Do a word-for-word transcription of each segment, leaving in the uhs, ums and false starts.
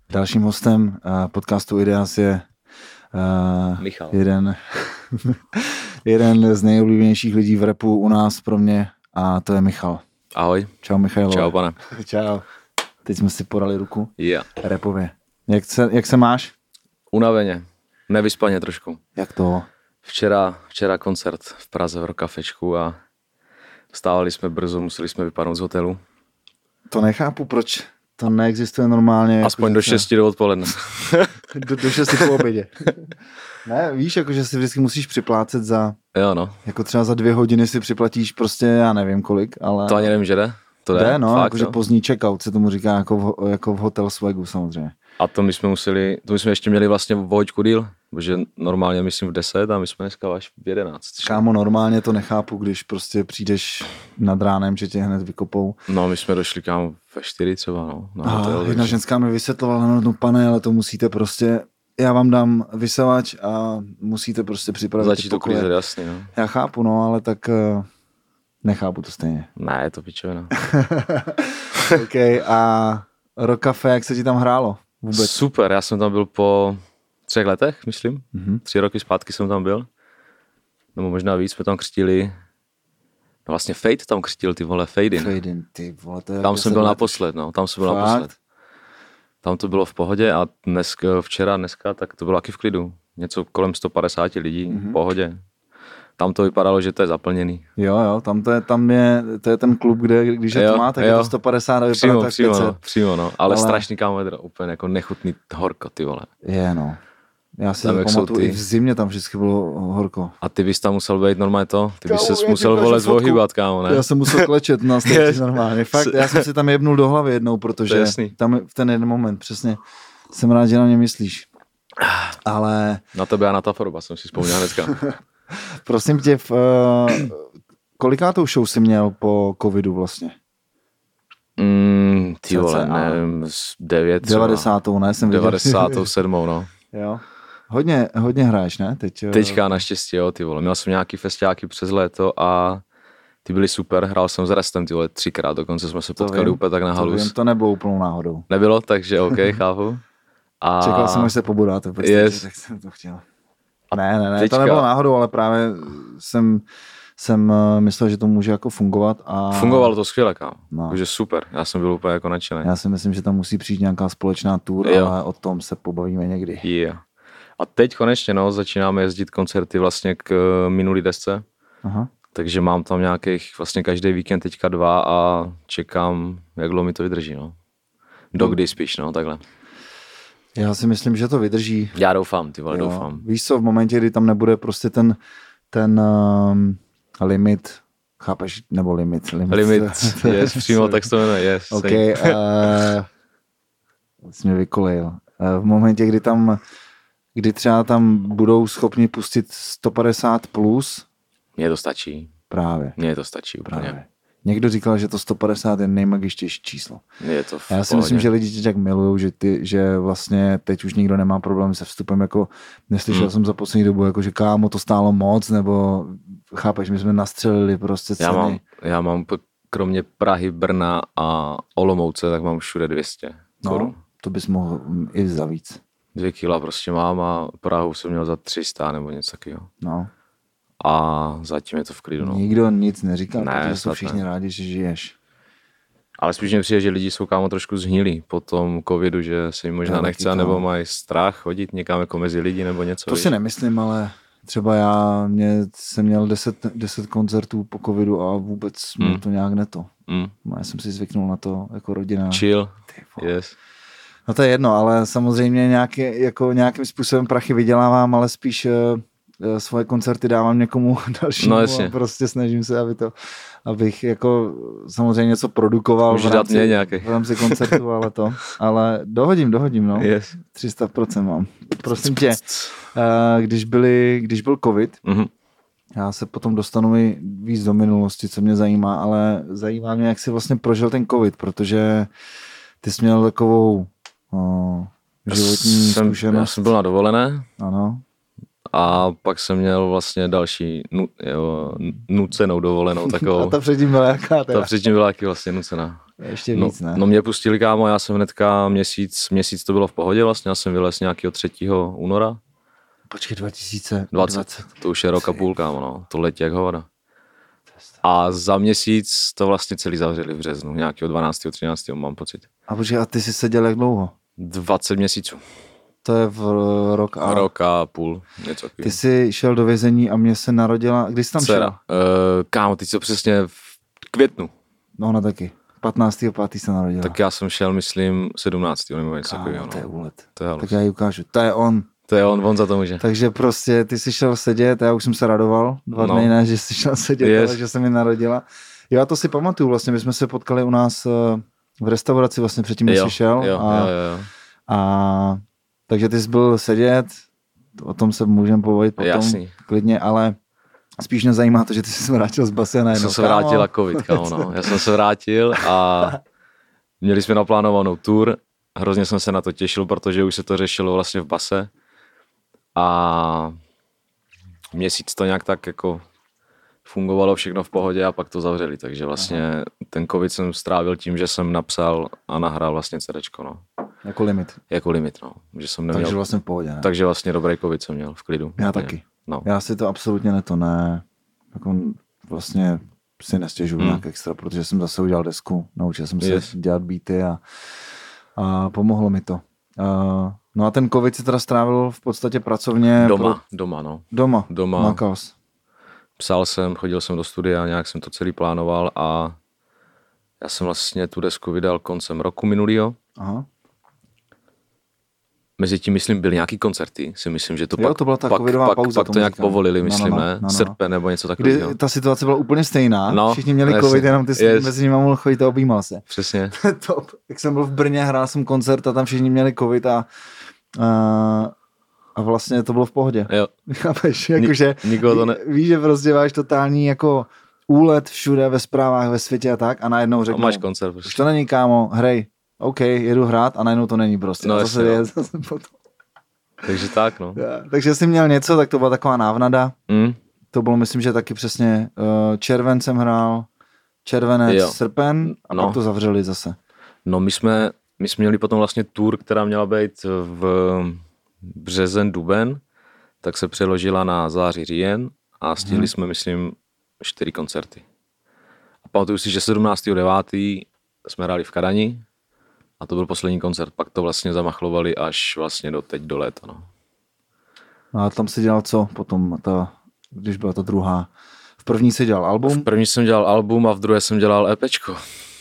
Dalším hostem uh, podcastu Ideas je uh, Michal. jeden, jeden z nejoblíbenějších lidí v rapu u nás pro mě a to je Michal. Ahoj. Čau Michal. Čau pane. Čau. Teď jsme si podali ruku. Yeah. Rapově. Jak se, jak se máš? Unaveně. Nevyspaně trošku. Jak to? Včera, včera koncert v Praze v Rokafečku a vstávali jsme brzo, museli jsme vypadnout z hotelu. To nechápu, proč to neexistuje normálně. Aspoň jako do se... šesti do odpoledne. do, do šesti po obědě. Ne, víš, jako, že si vždycky musíš připlácet za, Jo no. jako třeba za dvě hodiny si připlatíš prostě, já nevím kolik, ale... To ani nevím, že jde? To jde? Jde, no, Fakt, jakože jo? pozdní checkout se tomu říká jako v, jako v hotel swagu samozřejmě. A to my jsme museli, to my jsme ještě měli vlastně v hoďku díl, protože normálně myslím v deset a my jsme dneska až v jedenáct. Kámo, normálně to nechápu, když prostě přijdeš nad ránem, že tě hned vykopou. No my jsme došli kámo ve čtyři třeba, no. Na A hotel, jedna takže... ženská mi vysvětlovala, no, no pane, ale to musíte prostě, já vám dám vysavač a musíte prostě připravit Začít to klízet, jasný, no. Já chápu, no, ale tak uh, nechápu to stejně. Ne, je to pičovina. OK, a Rokafe, jak se ti tam hrálo vůbec? Super, já jsem tam byl po třech letech, myslím. Mm-hmm. Tři roky zpátky jsem tam byl. Nebo možná víc, jsme tam křtili. No vlastně Fade tam křtil, ty vole, Fade in. Fade in, ty vole, to je Tam jsem byl let. naposled, no, tam jsem byl Fakt? naposled. Tam to bylo v pohodě a dneska, včera, dneska, tak to bylo taky v klidu. Něco kolem sto padesát lidí, mm-hmm. v pohodě. Tam to vypadalo, že to je zaplněný. Jo, jo, tam, to je, tam je, to je ten klub, kde když je Jo, to má, tak jo. je to sto padesát a vypadá Přímo, tak přímo, pět set. no, přímo, no. Ale, Ale- strašný kámo, úplně jako nechutný horko, ty vole. Je, no. Já si Tam, to jak jsou pamatuju, ty- i v zimě tam vždycky bylo horko. A ty bys tam musel být normálně to, ty bys Kámo, se jak musel ukážu vole fotku. zvohýbat, kámo, ne? Já jsem musel klečet na stage Yes. normálně. Fakt, já jsem si tam jebnul do hlavy jednou, To protože je jasný. tam v ten jeden moment, přesně, jsem rád, že na mě myslíš. Ale Na tebe a na ta forba jsem si vzpomněl dneska. prosím tě, v, uh, kolikátou show jsi měl po covidu vlastně? Mm, ty vole, Cca. nevím, z devět třeba. devadesátou, ne? Jsem viděl. devadesátou sedmou, no. Jo. Hodně, hodně hraješ, ne? Teď, eh, Teďka naštěstí, jo, ty vole. Měl jsem nějaký festiáky přes léto a ty byly super. Hrál jsem s Restem, ty vole, třikrát, dokonce jsme se To potkali vím, úplně tak na to, halus. vím, to nebylo úplnou náhodou. Nebylo, takže OK, chápu. A Čekal jsem, až se pobodáte, prostě, Yes. tak jsem to chtěl. Ne, ne, ne, Teďka- to nebylo náhodou, ale právě jsem, jsem eh, myslel, že to může jako fungovat. A fungovalo to skvěle, kámo. No. Takže super, já jsem byl úplně jako nadšený. Já si myslím, že tam musí přijít nějaká společná tour, Jo. ale o tom se pobavíme někdy. Yeah. A teď konečně, no, začínáme jezdit koncerty vlastně k eh, minulý desce. Aha. Takže mám tam nějakých vlastně každý víkend teďka dva a čekám, jak dlouho mi to vydrží, no. Dokdy spíš, no, takhle. Já si myslím, že to vydrží. Já doufám, ty vole, Jo. doufám. Víš co, v momentě, kdy tam nebude prostě ten, ten um, limit, chápeš, nebo limit. Limit, Limit, yes, přímo tak se to jmenuje, yes. OK, same. uh, jsi mě vykolejil. Uh, v momentě, kdy tam, kdy třeba tam budou schopni pustit sto padesát plus, Mně to stačí, právě, mně to stačí úplně. právě. Někdo říkal, že to sto padesát je nejmagičtější číslo. Je to v Já si pohodě. myslím, že lidi tě tak milujou, že, ty, že vlastně teď už nikdo nemá problém se vstupem, jako neslyšel Hmm. jsem za poslední dobu, jako že kámo, to stálo moc, nebo chápeš, my jsme nastřelili prostě ceny. Já mám, já mám p- kromě Prahy, Brna a Olomouce, tak mám všude dvě stě korun. No, to bys mohl mm, i za víc. Dvě kila prostě mám a Prahu jsem měl za tři sta nebo něco takového. No. A zatím je to v klidu, no. Nikdo nic neříká, Ne, protože jsou snad všichni ne. rádi, že žiješ. Ale spíš mi přijde, že lidi jsou kámo trošku zhnilí po tom covidu, že se jim možná To je nechce, taky to. nebo mají strach chodit někam jako mezi lidi nebo něco. To víš? si nemyslím, ale třeba já mě, jsem měl deset, deset koncertů po covidu a vůbec Hmm. mě to nějak neto. Mm. No, já jsem si zvyknul na to jako rodina. Chill, Ty vole. yes. No to je jedno, ale samozřejmě nějaký, jako nějakým způsobem prachy vydělávám, ale spíš uh, svoje koncerty dávám někomu dalšímu No jasně. a prostě snažím se, aby to, abych jako samozřejmě něco produkoval Můžeš v dát rámci, mě nějaký. v rámci koncertu, ale to, ale dohodím, dohodím, no. Yes. tři sta procent mám. Prosím tě, uh, když, byli, když byl covid, Mhm. já se potom dostanu i víc do minulosti, co mě zajímá, ale zajímá mě, jak jsi vlastně prožil ten covid, protože ty jsi měl takovou o, životní jsem, zkušenost. Já jsem byl na dovolené Ano. a pak jsem měl vlastně další nu, jo, nucenou dovolenou takovou. A ta předtím byla jaká teda? Ta předtím byla taky vlastně nucená. Ještě víc, no, ne? No mě pustili, kámo, já jsem hnedka měsíc, měsíc to bylo v pohodě vlastně, já jsem vylez nějakého třetího února. Počkej, dva tisíce dvacet. To už je rok a půl, kámo, no. To letí jak hovada. A za měsíc to vlastně celý zavřeli v březnu, nějakého dvanáctého třináctého mám pocit. A počkej, a ty jsi seděl jak dlouho? dvacet měsíců. To je v rok a... Rok a půl, něco takového. Ty jsi šel do vězení a mě se narodila... Kdy jsi tam Dcera. šel? Uh, kámo, ty jsi přesně v květnu. No ona taky. patnáctého pátého se narodila. Tak já jsem šel, myslím, sedmnáctého nebo něco takového. To je No. úlet. To je tak já ji ukážu. To je on. To je on, on za to může. Takže prostě ty jsi šel sedět, já už jsem se radoval. Dva dny, no. Ne, že jsi šel sedět, yes. Ale že se mi narodila. Jo, já to si pamatuju, vlastně my jsme se potkali u nás v restauraci vlastně předtím, než jsi šel. Jo, a, jo, jo. A takže ty jsi byl sedět, o tom se můžeme povědět potom. Jasný. Klidně, ale spíš mě zajímá to, že ty jsi se vrátil z basy najednou. Já jsem se vrátil a covid, kámo, no. Já jsem se vrátil a měli jsme naplánovanou tour. Hrozně jsem se na to těšil, protože už se to řešilo vlastně v base. A měsíc to nějak tak jako fungovalo všechno v pohodě a pak to zavřeli. Takže vlastně Aha. ten covid jsem strávil tím, že jsem napsal a nahrál vlastně cerečko, no. Jako limit. Jako limit, no. Že jsem neměl... Takže vlastně v pohodě, ne? Takže vlastně dobrý covid jsem měl v klidu. Já taky. No. Já si to absolutně ne to ne. Jako vlastně si nestěžuju hmm. nějak extra, protože jsem zase udělal desku. Naučil jsem se yes. dělat beaty a, a pomohlo mi to. Uh, no a ten covid si teda strávil v podstatě pracovně. Doma, pro... doma, no. Doma, doma. Makal jsi. Psal jsem, chodil jsem do studia, nějak jsem to celý plánoval a já jsem vlastně tu desku vydal koncem roku minulýho. Aha. Mezitím, myslím, byly nějaký koncerty, si myslím, že to jo, pak, to byla ta pak, covidová pak, pauza, pak to nějak povolili, myslím, no, no, ne? No, no. Srpen nebo něco takového. Kdy ta situace byla úplně stejná, no, všichni měli jasně, covid, jenom ty jsi yes. mezi nimi mohl chodit a objímal se. Přesně. Top. Jak jsem byl v Brně, hrál jsem koncert a tam všichni měli covid a, a, a vlastně to bylo v pohodě. Jo. Chápeš, jakože Ni, to ne... víš, že prostě máš totální jako úlet všude ve zprávách, ve světě a tak a najednou řeknou, a máš koncert. Prostě. Už to není, kámo, hrej, OK, jedu hrát a najednou to není prostě. No, a zase je, zase potom. Takže tak, no. Ja, takže jsi měl něco, tak to byla taková návnada. Mm. To bylo, myslím, že taky přesně uh, červen jsem hrál, červenec, jo. srpen a no. pak to zavřeli zase. No my jsme, my jsme měli potom vlastně tour, která měla být v březen, duben, tak se přeložila na září, říjen a stihli hmm. jsme, myslím, čtyři koncerty. A pamatuju si, že sedmnáctého devátého jsme hráli v Kadani a to byl poslední koncert. Pak to vlastně zamachlovali až vlastně do teď do léta. No. No a tam si dělal co potom, ta, když byla ta druhá? V první si dělal album? V první jsem dělal album a v druhé jsem dělal EPčko.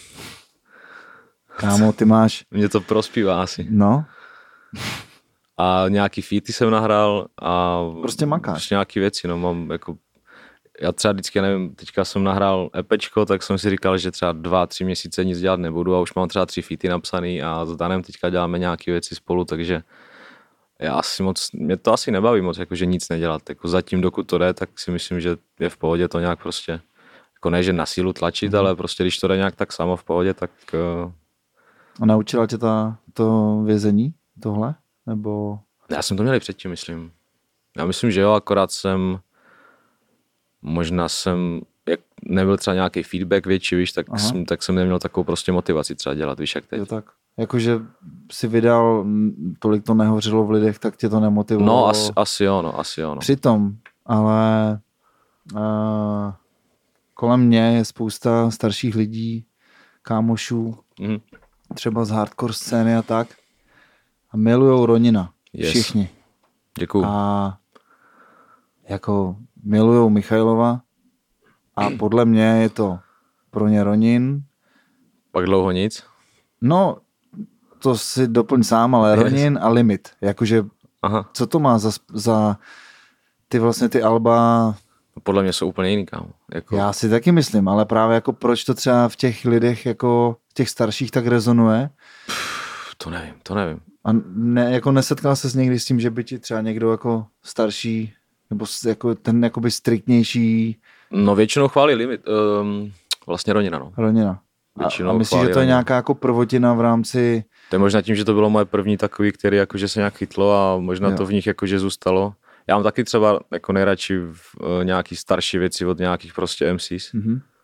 Kámo, ty máš... Mě to prospívá asi. No. A nějaký featy jsem nahrál a... Prostě makáš. Prostě nějaký věci, no mám jako... Já třeba vždycky, nevím, teďka jsem nahrál EPčko, tak jsem si říkal, že třeba dva, tři měsíce nic dělat nebudu a už mám třeba tři featy napsaný a s Danem teďka děláme nějaké věci spolu, takže já asi moc, mě to asi nebaví moc, jakože nic nedělat. Jako zatím, dokud to jde, tak si myslím, že je v pohodě to nějak prostě, jako ne, že na sílu tlačit, mm. ale prostě když to jde nějak tak samo v pohodě, tak... Uh... A naučila tě ta, to vězení, tohle? Nebo... Já jsem to měl i předtím, myslím. Já myslím, že jo, akorát jsem... Možná jsem, jak nebyl třeba nějaký feedback větší, víš, tak jsem, tak jsem neměl takovou prostě motivaci třeba dělat, víš, jak teď. Jo, tak. Jakože si vydal, tolik to nehořilo v lidech, tak tě to nemotivovalo. No, asi, asi jo, no, asi jo, no. Přitom, ale uh, kolem mě je spousta starších lidí, kámošů, mm. třeba z hardcore scény a tak, a milujou Ronina. Yes. Všichni. Děkuju. A jako milujou Michailova a podle mě je to pro ně Ronin. Pak dlouho nic? No, to si doplň sám, ale yes. Ronin a Limit. Jakože, aha. Co to má za, za ty vlastně ty alba? Podle mě jsou úplně jiný, kámo. Jako... Já si taky myslím, ale právě jako proč to třeba v těch lidech, jako těch starších tak rezonuje? Pff, to nevím, to nevím. A ne, jako nesetkal ses někdy s tím, že by ti třeba někdo jako starší nebo jako ten jakoby striktnější... No většinou chválí Limit, um, vlastně Ronina, no. Ronina. A, a myslíš, že to je Ronina. Nějaká jako prvotina v rámci... To je možná tím, že to bylo moje první takový, který jakože se nějak chytlo a možná jo. to v nich jakože zůstalo. Já mám taky třeba jako nejradši v, uh, nějaký starší věci od nějakých prostě M Cs. Mm-hmm.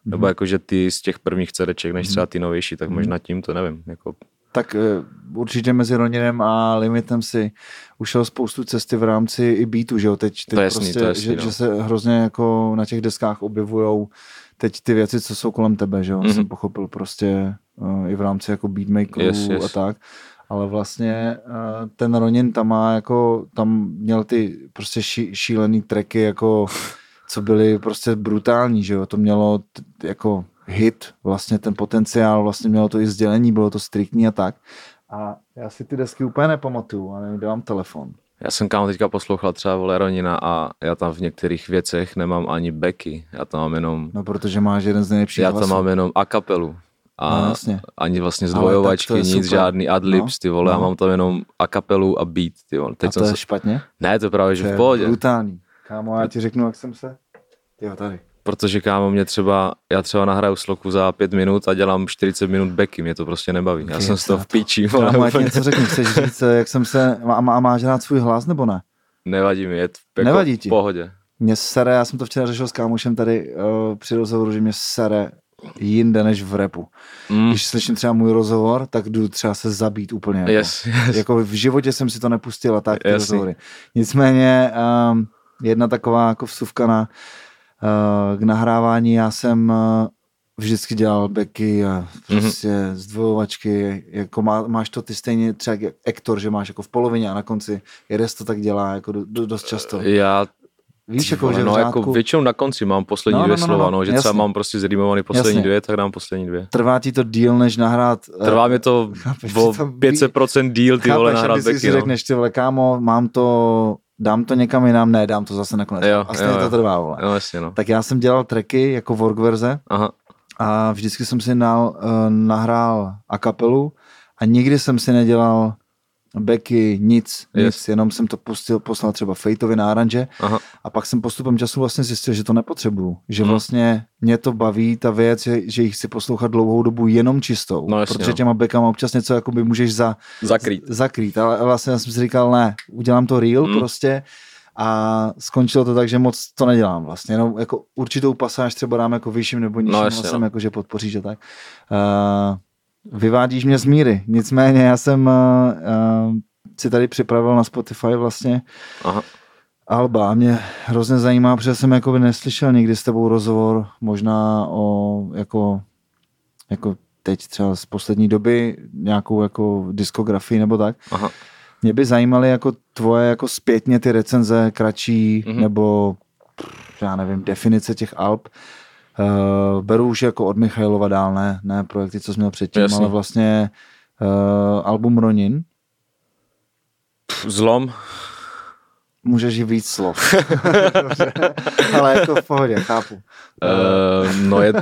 Nebo jako, že ty z těch prvních CDček, než třeba ty novější, tak možná tím, to nevím. Jako... Tak uh, určitě mezi Roninem a Limitem si ušel spoustu cesty v rámci i beatu, že jo? Teď, teď to je jasný, prostě, to je jasný, že, no. že se hrozně jako na těch deskách objevujou teď ty věci, co jsou kolem tebe, že jo? Mm-hmm. Jsem pochopil prostě uh, i v rámci jako beatmakerů yes, yes. a tak. Ale vlastně uh, ten Ronin tam má jako, tam měl ty prostě ší, šílený tracky jako, co byly prostě brutální, že jo? To mělo t- jako hit, vlastně ten potenciál, vlastně mělo to i sdělení, bylo to striktní a tak. A já si ty desky úplně nepamatuju, a nevím, kde mám telefon. Já jsem kámo teďka poslouchal třeba vole Ronina a já tam v některých věcech nemám ani backy, já tam mám jenom... No protože máš jeden z nejlepších Já hlasů. tam mám jenom a kapelu. A no, jasně. ani vlastně zdvojovačky, nic, super. Žádný adlibs, ty vole, no. Já mám tam jenom a kapelu a beat, ty vole. Teď a to je se... špatně? Ne, to je právě, to že v pohodě. To je brutální. Kámo, já ti řeknu, jak jsem se... Jo, tady. Protože kámo, mě třeba, já třeba nahraju sloku za pět minut a dělám čtyřicet minut backy, mě to prostě nebaví. Já jsem z toho v píči. Kámo, já ti něco řeknu, chceš říct, jak jsem se... A, má, máš rád svůj hlas, nebo ne? Nevadí mi, je to jako Nevadí ti? v pohodě. Mě sere, já jsem to včera řešil s kámošem tady uh, při rozhovoru, že mě sere jinde než v rapu. Mm. Když slyším třeba můj rozhovor, tak jdu třeba se zabít úplně. Jako, yes, yes. jako v životě jsem si to nepustil a tak ty rozhovory. Nicméně um, jedna taková jako vsuvka na uh, k nahrávání, já jsem uh, vždycky dělal backy a prostě mm-hmm. zdvojovačky, jako má, máš to ty stejně třeba jak Ektor, že máš jako v polovině a na konci Jedes to tak dělá jako do, do, dost často. Já Víš, jako, že no, jako většinou na konci mám poslední no, dvě no, no, slova, no, no, že jasně. třeba mám prostě zrýmovaný poslední jasně. dvě, tak dám poslední dvě. Trvá ti to díl, než nahrát... Trvá mi to o pět set procent díl, ty vole, nahrát backy, si no. řekneš, ty vole, kámo, mám to, dám to někam jinam, ne, dám to zase nakonec. Jo, a stejně to trvá, vole. Jo, jasně, no. Tak já jsem dělal tracky jako workverze Aha. a vždycky jsem si nal, uh, nahrál a kapelu a nikdy jsem si nedělal backy, nic, yes. nic, jenom jsem to pustil, poslal třeba Fejtovi na aranže Aha. a pak jsem postupem času vlastně zjistil, že to nepotřebuju, že hmm. vlastně mě to baví ta věc, že, že jich chci poslouchat dlouhou dobu jenom čistou, no, jasně, protože no. těma backama občas něco jakoby můžeš za, zakrýt. Z, zakrýt, ale vlastně já jsem si říkal, ne, udělám to real hmm. prostě a skončilo to tak, že moc to nedělám vlastně, jenom jako určitou pasáž třeba dám jako vyšším nebo nižším no, hlasem, no. jako že podpoříš a tak. Uh, vyvádíš mě z míry, nicméně já jsem uh, uh, si tady připravil na Spotify vlastně Aha. alba. Mě hrozně zajímá, protože jsem jakoby neslyšel nikdy s tebou rozhovor, možná o jako, jako teď třeba z poslední doby nějakou jako diskografii nebo tak. Aha. Mě by zajímaly jako tvoje jako zpětně ty recenze kratší mm-hmm. nebo já nevím, definice těch alb. Uh, beru už jako od Michailova dál, ne, ne projekty, co jsi měl předtím, jasně. Ale vlastně uh, album Ronin. Zlom. Můžeš jí víc slov. Ale jako v pohodě, chápu. Uh, no je...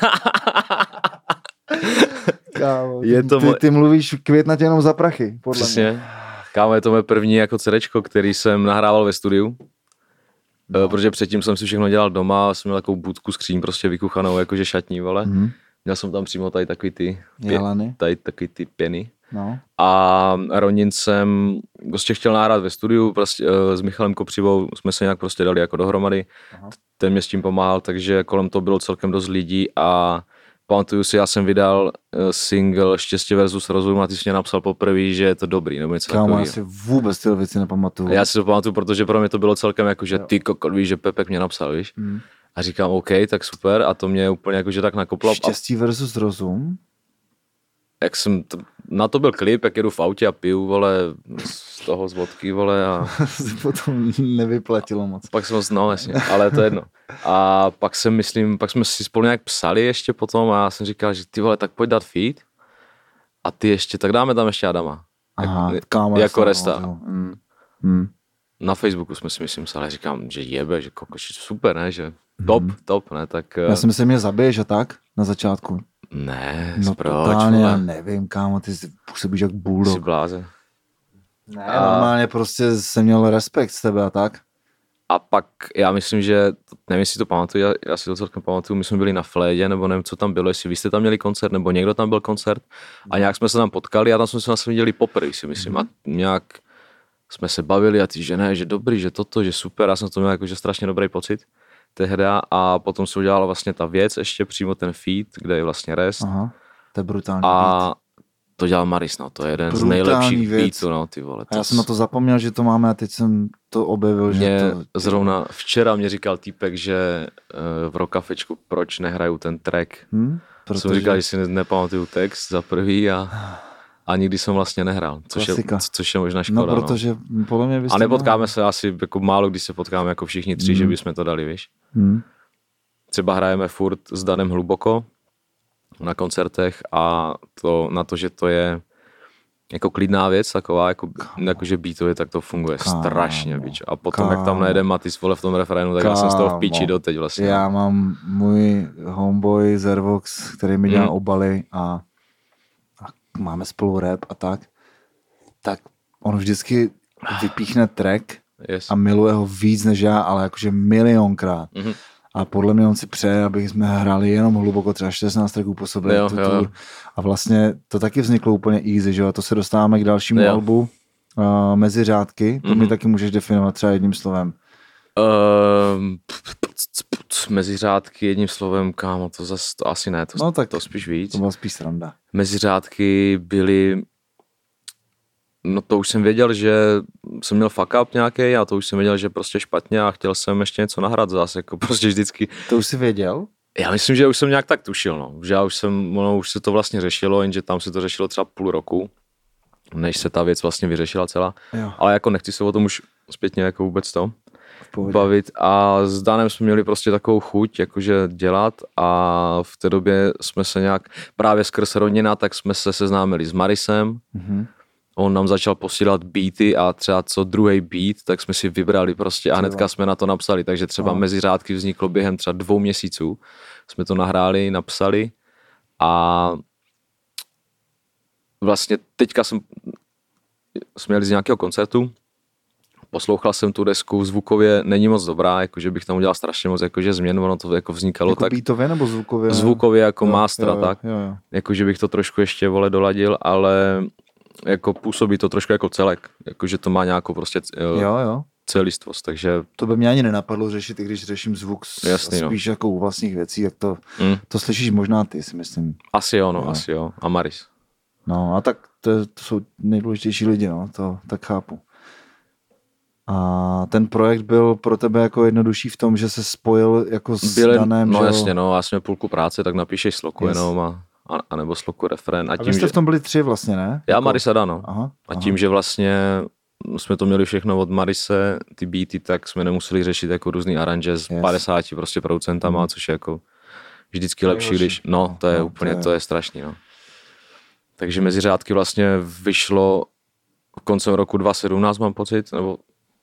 Kámo, je to ty, ty mluvíš květnatě jenom za prachy, podle přesně. mě. Kámo, je to moje první jako CDčko, který jsem nahrával ve studiu. No. Protože předtím jsem si všechno dělal doma, jsem měl takovou budku skříň prostě vykuchanou, jakože šatní, vole. Mm-hmm. Měl jsem tam přímo tady takový ty, pě, tady takový ty pěny. No. A Ronin jsem prostě chtěl nahrát ve studiu, prostě s Michalem Kopřivou jsme se nějak prostě dali jako dohromady. Aha. Ten mě s tím pomáhal, takže kolem toho bylo celkem dost lidí a pamatuju si, já jsem vydal single Štěstí versus rozum a ty jsi mě napsal poprvé, že je to dobrý, nebo něco takového. Kámo, já si vůbec tyhle věci nepamatuju. Já si to pamatuju, protože pro mě to bylo celkem jako, že ty kokot, víš, že Pepek mě napsal, víš. Mm. A říkám, OK, tak super a to mě úplně jako, že tak nakoplo. Štěstí versus rozum? Jak jsem, to, na to byl klip, jak jedu v autě a piju, vole, z toho z vodky, vole a... se potom nevyplatilo moc. Pak jsem, no jasně, ale to je jedno. A pak jsem, myslím, pak jsme si spolu nějak psali ještě potom a já jsem říkal, že ty vole, tak pojď dát feed a ty ještě, tak dáme tam ještě Adama. Aha, jak, kámo, jako resta. Mm. Mm. Na Facebooku jsme si myslím psali, říkám, že jebe, že kokoš, super, ne, že top, mm. top, ne, tak... Já si myslím, že mě zabiješ a tak, na začátku. Ne, no proč? Totálně, já nevím, kámo, ty působíš jak bulldog. Jsi bláze. Ne, a... normálně prostě jsem měl respekt z tebe a tak. A pak já myslím, že, nevím, jestli to pamatuju, já, já si to celkem pamatuju, my jsme byli na Flédě, nebo nevím, co tam bylo, jestli vy jste tam měli koncert, nebo někdo tam byl koncert a nějak jsme se tam potkali a tam jsme se nás viděli poprvé, si myslím, a nějak jsme se bavili a ty, že ne, že dobrý, že toto, že super, já jsem to měl jako, že strašně dobrý pocit. tehda a potom se udělala vlastně ta věc, ještě přímo ten feat, kde je vlastně rest. Aha, to je brutální a beat. To dělal Maris, no, to je jeden Brutální z nejlepších věc. beatů, no, ty vole. A já jsem na to zapomněl, že to máme a teď jsem to objevil, mě že to... Zrovna včera mě říkal týpek, že uh, v Rockafečku proč nehraju ten track. Hmm? Protože... Jsem říkal, že si ne, nepamatuju text za prvý a, a nikdy jsem vlastně nehrál, což je, což je možná škoda. No, protože no. podle mě byste... A nepotkáme ne... se asi jako málo, když se potkáme jako všichni tři, hmm. že bychom to dali, víš. Hmm. Třeba hrajeme furt s Danem hluboko na koncertech a to, na to, že to je jako klidná věc, taková, jako, jako že beatově, tak to funguje Kámo. strašně, bič. A potom, Kámo. jak tam najede Matis, vole, v tom refrénu, tak Kámo. já jsem z toho v píči doteď vlastně. Já mám můj homeboy Zervox, který mi dělá mm. obaly a, a máme spolu rap a tak, tak on vždycky vypíchne track yes. a miluje ho víc než já, ale jakože milionkrát. Mm-hmm. A podle mě on si přeje, aby jsme hráli jenom hluboko, třeba šestnáct tracků po sobě. Jo, tu, jo. Tu. A vlastně to taky vzniklo úplně easy, že jo? A to se dostáváme k dalšímu jo. albu. Uh, mezi řádky, to mm-hmm. mi taky můžeš definovat třeba jedním slovem. Uh, mezi řádky jedním slovem, kámo, to zase to asi ne, to, no, tak to spíš víc. To byla spíš sranda. Mezi řádky byly, no to už jsem věděl, že jsem měl fuck up nějaký a to už jsem věděl, že prostě špatně a chtěl jsem ještě něco nahrát zase, jako prostě vždycky. To už jsi věděl? Já myslím, že už jsem nějak tak tušil, no. Že já už jsem, no, už se to vlastně řešilo, jenže tam se to řešilo třeba půl roku, než se ta věc vlastně vyřešila celá. Jo. Ale jako nechci se o tom už zpětně jako vůbec to bavit a s Danem jsme měli prostě takovou chuť jakože dělat a v té době jsme se nějak, právě skrz rodina, tak jsme se seznámili s Marisem. Mm-hmm. On nám začal posílat beaty a třeba co druhý beat, tak jsme si vybrali prostě a hnedka jsme na to napsali, takže třeba no. mezi řádky vzniklo během třeba dvou měsíců. Jsme to nahráli, napsali a vlastně teďka jsem, jsme jeli z nějakého koncertu, poslouchal jsem tu desku, zvukově není moc dobrá, jakože bych tam udělal strašně moc jakože změn, ono to jako vznikalo jako tak. Jako beatově nebo zvukově? Zvukově jako jo, mástra, jo, jo, tak. Jo, jo. Jakože bych to trošku ještě vole doladil, ale jako působí to trošku jako celek, jakože to má nějakou prostě jo, jo. celistvost, takže... To by mě ani nenapadlo řešit, i když řeším zvuk Jasný, spíš no. jako u vlastních věcí, jak to, mm. to slyšíš možná ty, si myslím. Asi jo, no, jo. asi jo. A Maris. No a tak to, to jsou nejdůležitější lidi, no, to tak chápu. A ten projekt byl pro tebe jako jednodušší v tom, že se spojil jako s Byli, Danem, no že jasně, no, já jsem půlku práce, tak napíšeš sloku yes. jenom a, a, a nebo sloku refrén. A, a tím, vy jste že... v tom byli tři vlastně, ne? Já, jako... Maris a Dan, no. Aha, a tím, aha. že vlastně jsme to měli všechno od Marise, ty beaty, tak jsme nemuseli řešit jako různý aranže s yes. padesáti prostě producentama, mm. což je jako vždycky lepší, lepší, když, no, to je no, úplně, to je, to je strašný, no. Takže mezi řádky vlastně vyšlo koncem roku dva tisíce sedmnáct, mám pocit, nebo...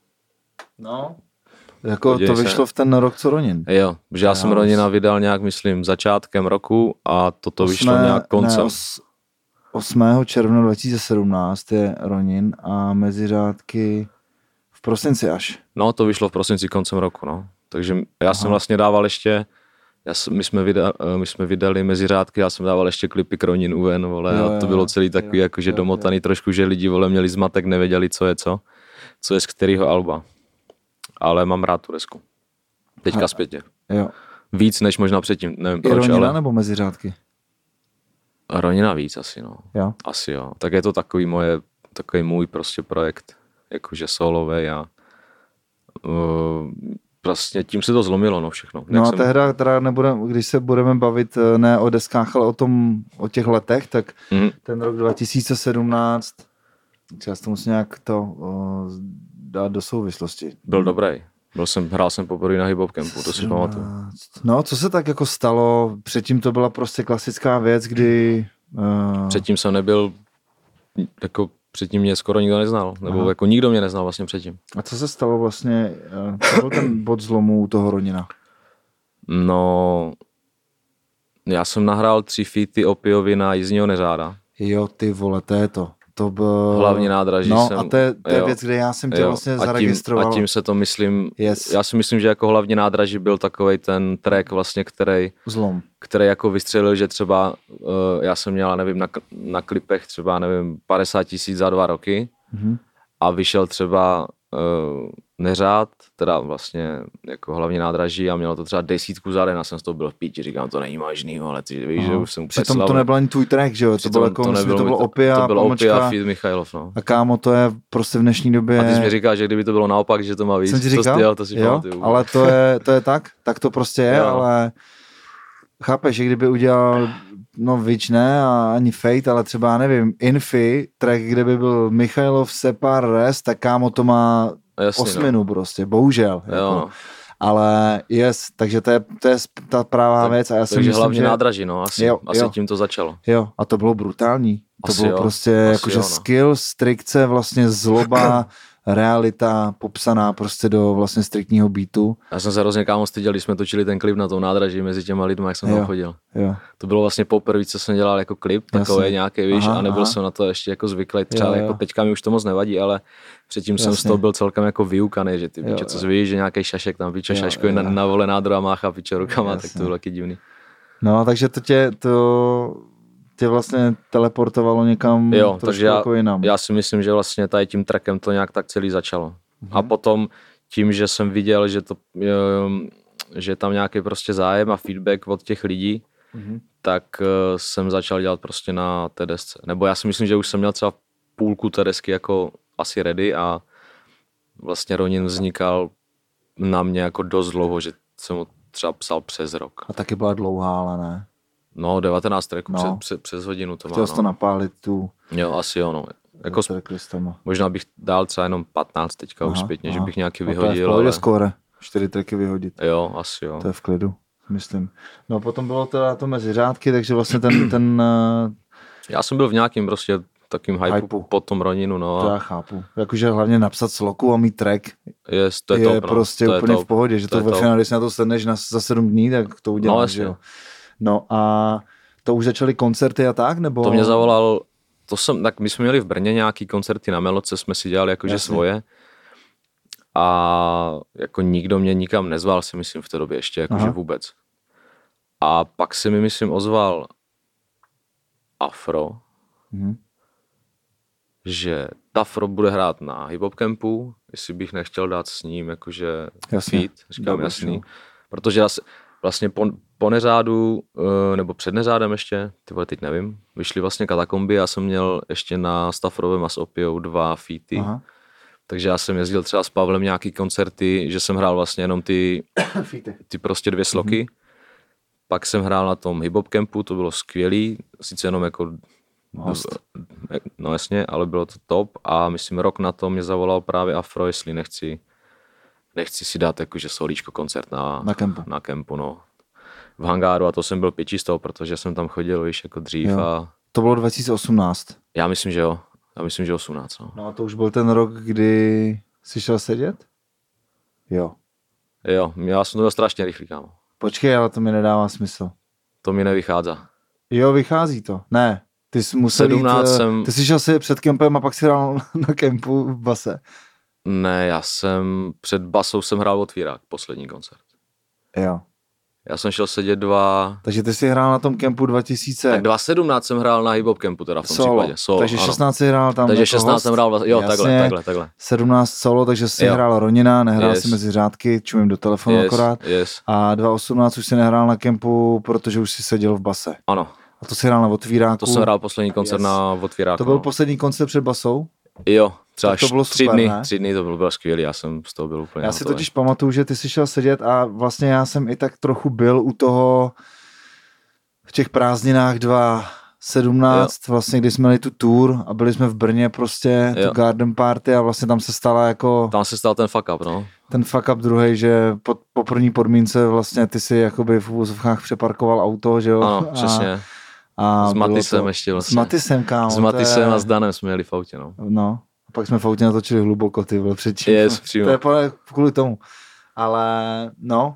No, jako Poděj to vyšlo se. V ten rok, co Ronin. Jo, že já, já jsem Ronina vydal nějak, myslím, začátkem roku a toto osmé, vyšlo nějak koncem. Ne, os, osmého června dva tisíce sedmnáct je Ronin a mezi řádky v prosinci až. No, to vyšlo v prosinci koncem roku, no. Takže já Aha. jsem vlastně dával ještě, já jsem, my, jsme vydali, my jsme vydali mezi řádky, já jsem dával ještě klipy k Roninu ven, vole, jo, a to bylo celý takový jo, jakože jo, domotaný jo. trošku, že lidi, vole, měli zmatek, nevěděli, co je co, co je z kterého alba. Ale mám rád tu desku. Teďka zpětně. Jo. Víc než možná předtím, nevím I proč, Ronina ale... nebo mezi řádky? Ronina víc asi, no. Jo? Asi jo. Tak je to takový moje, takový můj prostě projekt, jakože solovej a uh, vlastně tím se to zlomilo, no všechno. No Jak a jsem... tehda, teda nebudem, když se budeme bavit ne o deskách, ale o tom, o těch letech, tak mm. ten rok dva tisíce sedmnáct, já to musím nějak to uh, dát do souvislosti. Byl dobrý. Byl jsem, hrál jsem poprvé na hip-hop campu, to si pamatuju. No, co se tak jako stalo? Předtím to byla prostě klasická věc, kdy... Uh... Předtím jsem nebyl, jako předtím mě skoro nikdo neznal, nebo Aha. jako nikdo mě neznal vlastně předtím. A co se stalo vlastně, uh, co byl ten bod zlomu u toho Ronina? No, já jsem nahrál tři featy Opiovi na Jízdního neřáda. Jo, ty vole, to je to. To byl... Hlavní nádraží no, jsem... a to je, to je věc, kde já jsem tě jo. vlastně zaregistroval. A tím, a tím se to myslím... Yes. Já si myslím, že jako hlavní nádraží byl takovej ten track vlastně, který... Zlom. Který jako vystřelil, že třeba uh, já jsem měla, nevím, na, na klipech třeba, nevím, padesát tisíc za dva roky mm-hmm. a vyšel třeba uh, neřád, teda vlastně jako hlavní nádraží a mělo to třeba desítku záden a jsem z toho byl v píči, říkám, to není možný, ale ty víš, že už jsem úplně Přitom slavný. to nebyl ani tvůj track, že jo, to bylo jako, to, myslím, nebyl, to bylo to, Opia, to bylo Pomočka, Opia, Feed Michailov, no. A kámo, to je prostě v dnešní době... A ty jsi mi říkal, že kdyby to bylo naopak, že to má víc. Jsem ti říkal? To, jo, to si jo, pamatuju. ale to je, to je tak, tak to prostě je, jo. ale chápeš, že kdyby udělal, no Vič ne a ani Fate, ale třeba, nevím, Infi, track, kde by byl Michailov, Separ, Rest, tak kámo, to má Jasný, osminu no. prostě, bohužel. Jo, jako. no. Ale yes, takže to je, to je ta pravá tak, věc a já si takže myslím, hlavně že... nádraží, no, asi, jo, asi jo. tím to začalo. Jo, a to bylo brutální. To Asi bylo jo, prostě jakože no. skill, strikce, vlastně zloba, realita popsaná prostě do vlastně striktního beatu. Já jsem se hrozně kámo styděl, když jsme točili ten klip na tom nádraží mezi těma lidmi, jak jsem jo, tam chodil. Jo. To bylo vlastně poprvé, co jsem dělal jako klip, takový nějaký, víš, aha, a nebyl aha. jsem na to ještě jako zvyklý, třeba jo, jo. jako teďka mi už to moc nevadí, ale předtím Jasně. jsem z toho byl celkem jako vyukaný, že ty piče, co jsi víš, že nějaký šašek tam piče, šaškuje na, na vole nádru a máchá piče rukama, Jasně. tak to bylo taky divný. No, takže to tě, to tě vlastně teleportovalo někam jo, trošku jako jinam. Já si myslím, že vlastně tady tím trackem to nějak tak celý začalo. Mhm. A potom tím, že jsem viděl, že to, že tam nějaký prostě zájem a feedback od těch lidí, mhm. tak jsem začal dělat prostě na té desce. Nebo já si myslím, že už jsem měl třeba půlku té desky jako asi ready a vlastně Ronin vznikal na mě jako dost dlouho, že jsem ho třeba psal přes rok. A taky byla dlouhá, ale ne? No, devatenáct tracků, no. přes, přes, přes hodinu to má. Chtěl jsi to napálit tu... Jo, asi jo, no. Jako možná bych dal třeba jenom patnáct teďka aha, už zpětně, aha. že bych nějaký vyhodil. No to je v pohodě ale... skóre, čtyři tracky vyhodit. Jo, asi jo. To je v klidu, myslím. No potom bylo to, to mezi řádky, takže vlastně ten... ten já jsem byl v nějakým prostě takým hypeu, hypeu. po tom Roninu, no. To já chápu. Jakože hlavně napsat sloku a mít track yes, to je, je top, no. prostě to úplně je v pohodě, že to, to ve finále, když na to sedneš na, za sedm dní, tak to uděláš, no, že jo. No a to už začaly koncerty a tak, nebo? To mě zavolal, to jsem, tak my jsme měli v Brně nějaký koncerty na Melodce, jsme si dělali jakože Jasně. svoje a jako nikdo mě nikam nezval, si myslím v té době ještě, jakože vůbec. A pak se mi, myslím, ozval Afro, mhm. že Afro bude hrát na Hip Hop Campu, jestli bych nechtěl dát s ním jakože feat, říkám Dobře, jasný, no. protože já se, vlastně po, po neřádu, nebo před neřádem ještě, ty vole, teď nevím, vyšly vlastně Katakomby, já jsem měl ještě na Staffrovem a s Opiou dva featy, Aha. takže já jsem jezdil třeba s Pavlem nějaký koncerty, že jsem hrál vlastně jenom ty, ty prostě dvě sloky, mm-hmm. pak jsem hrál na tom Hip Hop Campu, to bylo skvělý, sice jenom jako Host. No jasně, ale bylo to top a myslím rok na to mě zavolal právě Afro, jestli nechci nechci si dát jakože solíčko koncert na, na kempu, na kempu no. v hangáru a to jsem byl pěčí z toho, protože jsem tam chodil víš jako dřív jo. a... To bylo dva tisíce osmnáct. Já myslím, že jo, já myslím, že osmnáct. No, no a to už byl ten rok, kdy jsi šel sedět? Jo. Jo, já jsem to byl strašně rychlý, kámo. Počkej, ale to mi nedává smysl. To mi nevychází. Jo, vychází to, ne. Ty jsi musel sedmnáct jít, jsem... ty jsi šel si před kempem a pak si hrál na kempu v base. Ne, já jsem před basou jsem hrál otvírák, poslední koncert. Jo. Já jsem šel sedět dva... Takže ty jsi hrál na tom kempu dva tisíce... Tak dva tisíce sedmnáct jsem hrál na Hip Hop Campu teda v tom solo. případě. Solo. Takže ano. šestnáct jsi hrál tam Takže jako šestnáct host. jsem hrál, vlastně, jo, Jasně. takhle, takhle, takhle. sedmnáct solo, takže jsi jo. hrál Ronina, nehrál yes. si mezi řádky, čumím do telefonu yes. akorát. Yes. A dva tisíce osmnáct už si nehrál na kempu, protože už si seděl v base. Ano. A to si hrál na otvíráku. To jsem hrál poslední koncert yes. na otvíráku. To byl no. poslední koncert před basou? Jo, třeba to bylo tři super, dny, ne? tři dny to bylo, bylo skvělý, já jsem z toho byl úplně Já si hotový. totiž pamatuju, že ty jsi šel sedět a vlastně já jsem i tak trochu byl u toho v těch prázdninách dva tisíce sedmnáct, jo. vlastně, kdy jsme měli tu tour a byli jsme v Brně prostě, jo. tu Garden Party a vlastně tam se stala jako... Tam se stal ten fuck up, no. Ten fuck up druhej, že po, po první podmínce vlastně ty si jakoby v uvozovkách přeparkoval auto, že jo? Ano, a, přesně. A s Matisem to, ještě vlastně. S Matisem, kámo. S Matisem je... a s Danem jsme jeli v autě, no. No, a pak jsme v autě natočili hluboko, ty vole, předtím. Yes, přímo. To je právě kvůli tomu. Ale, no.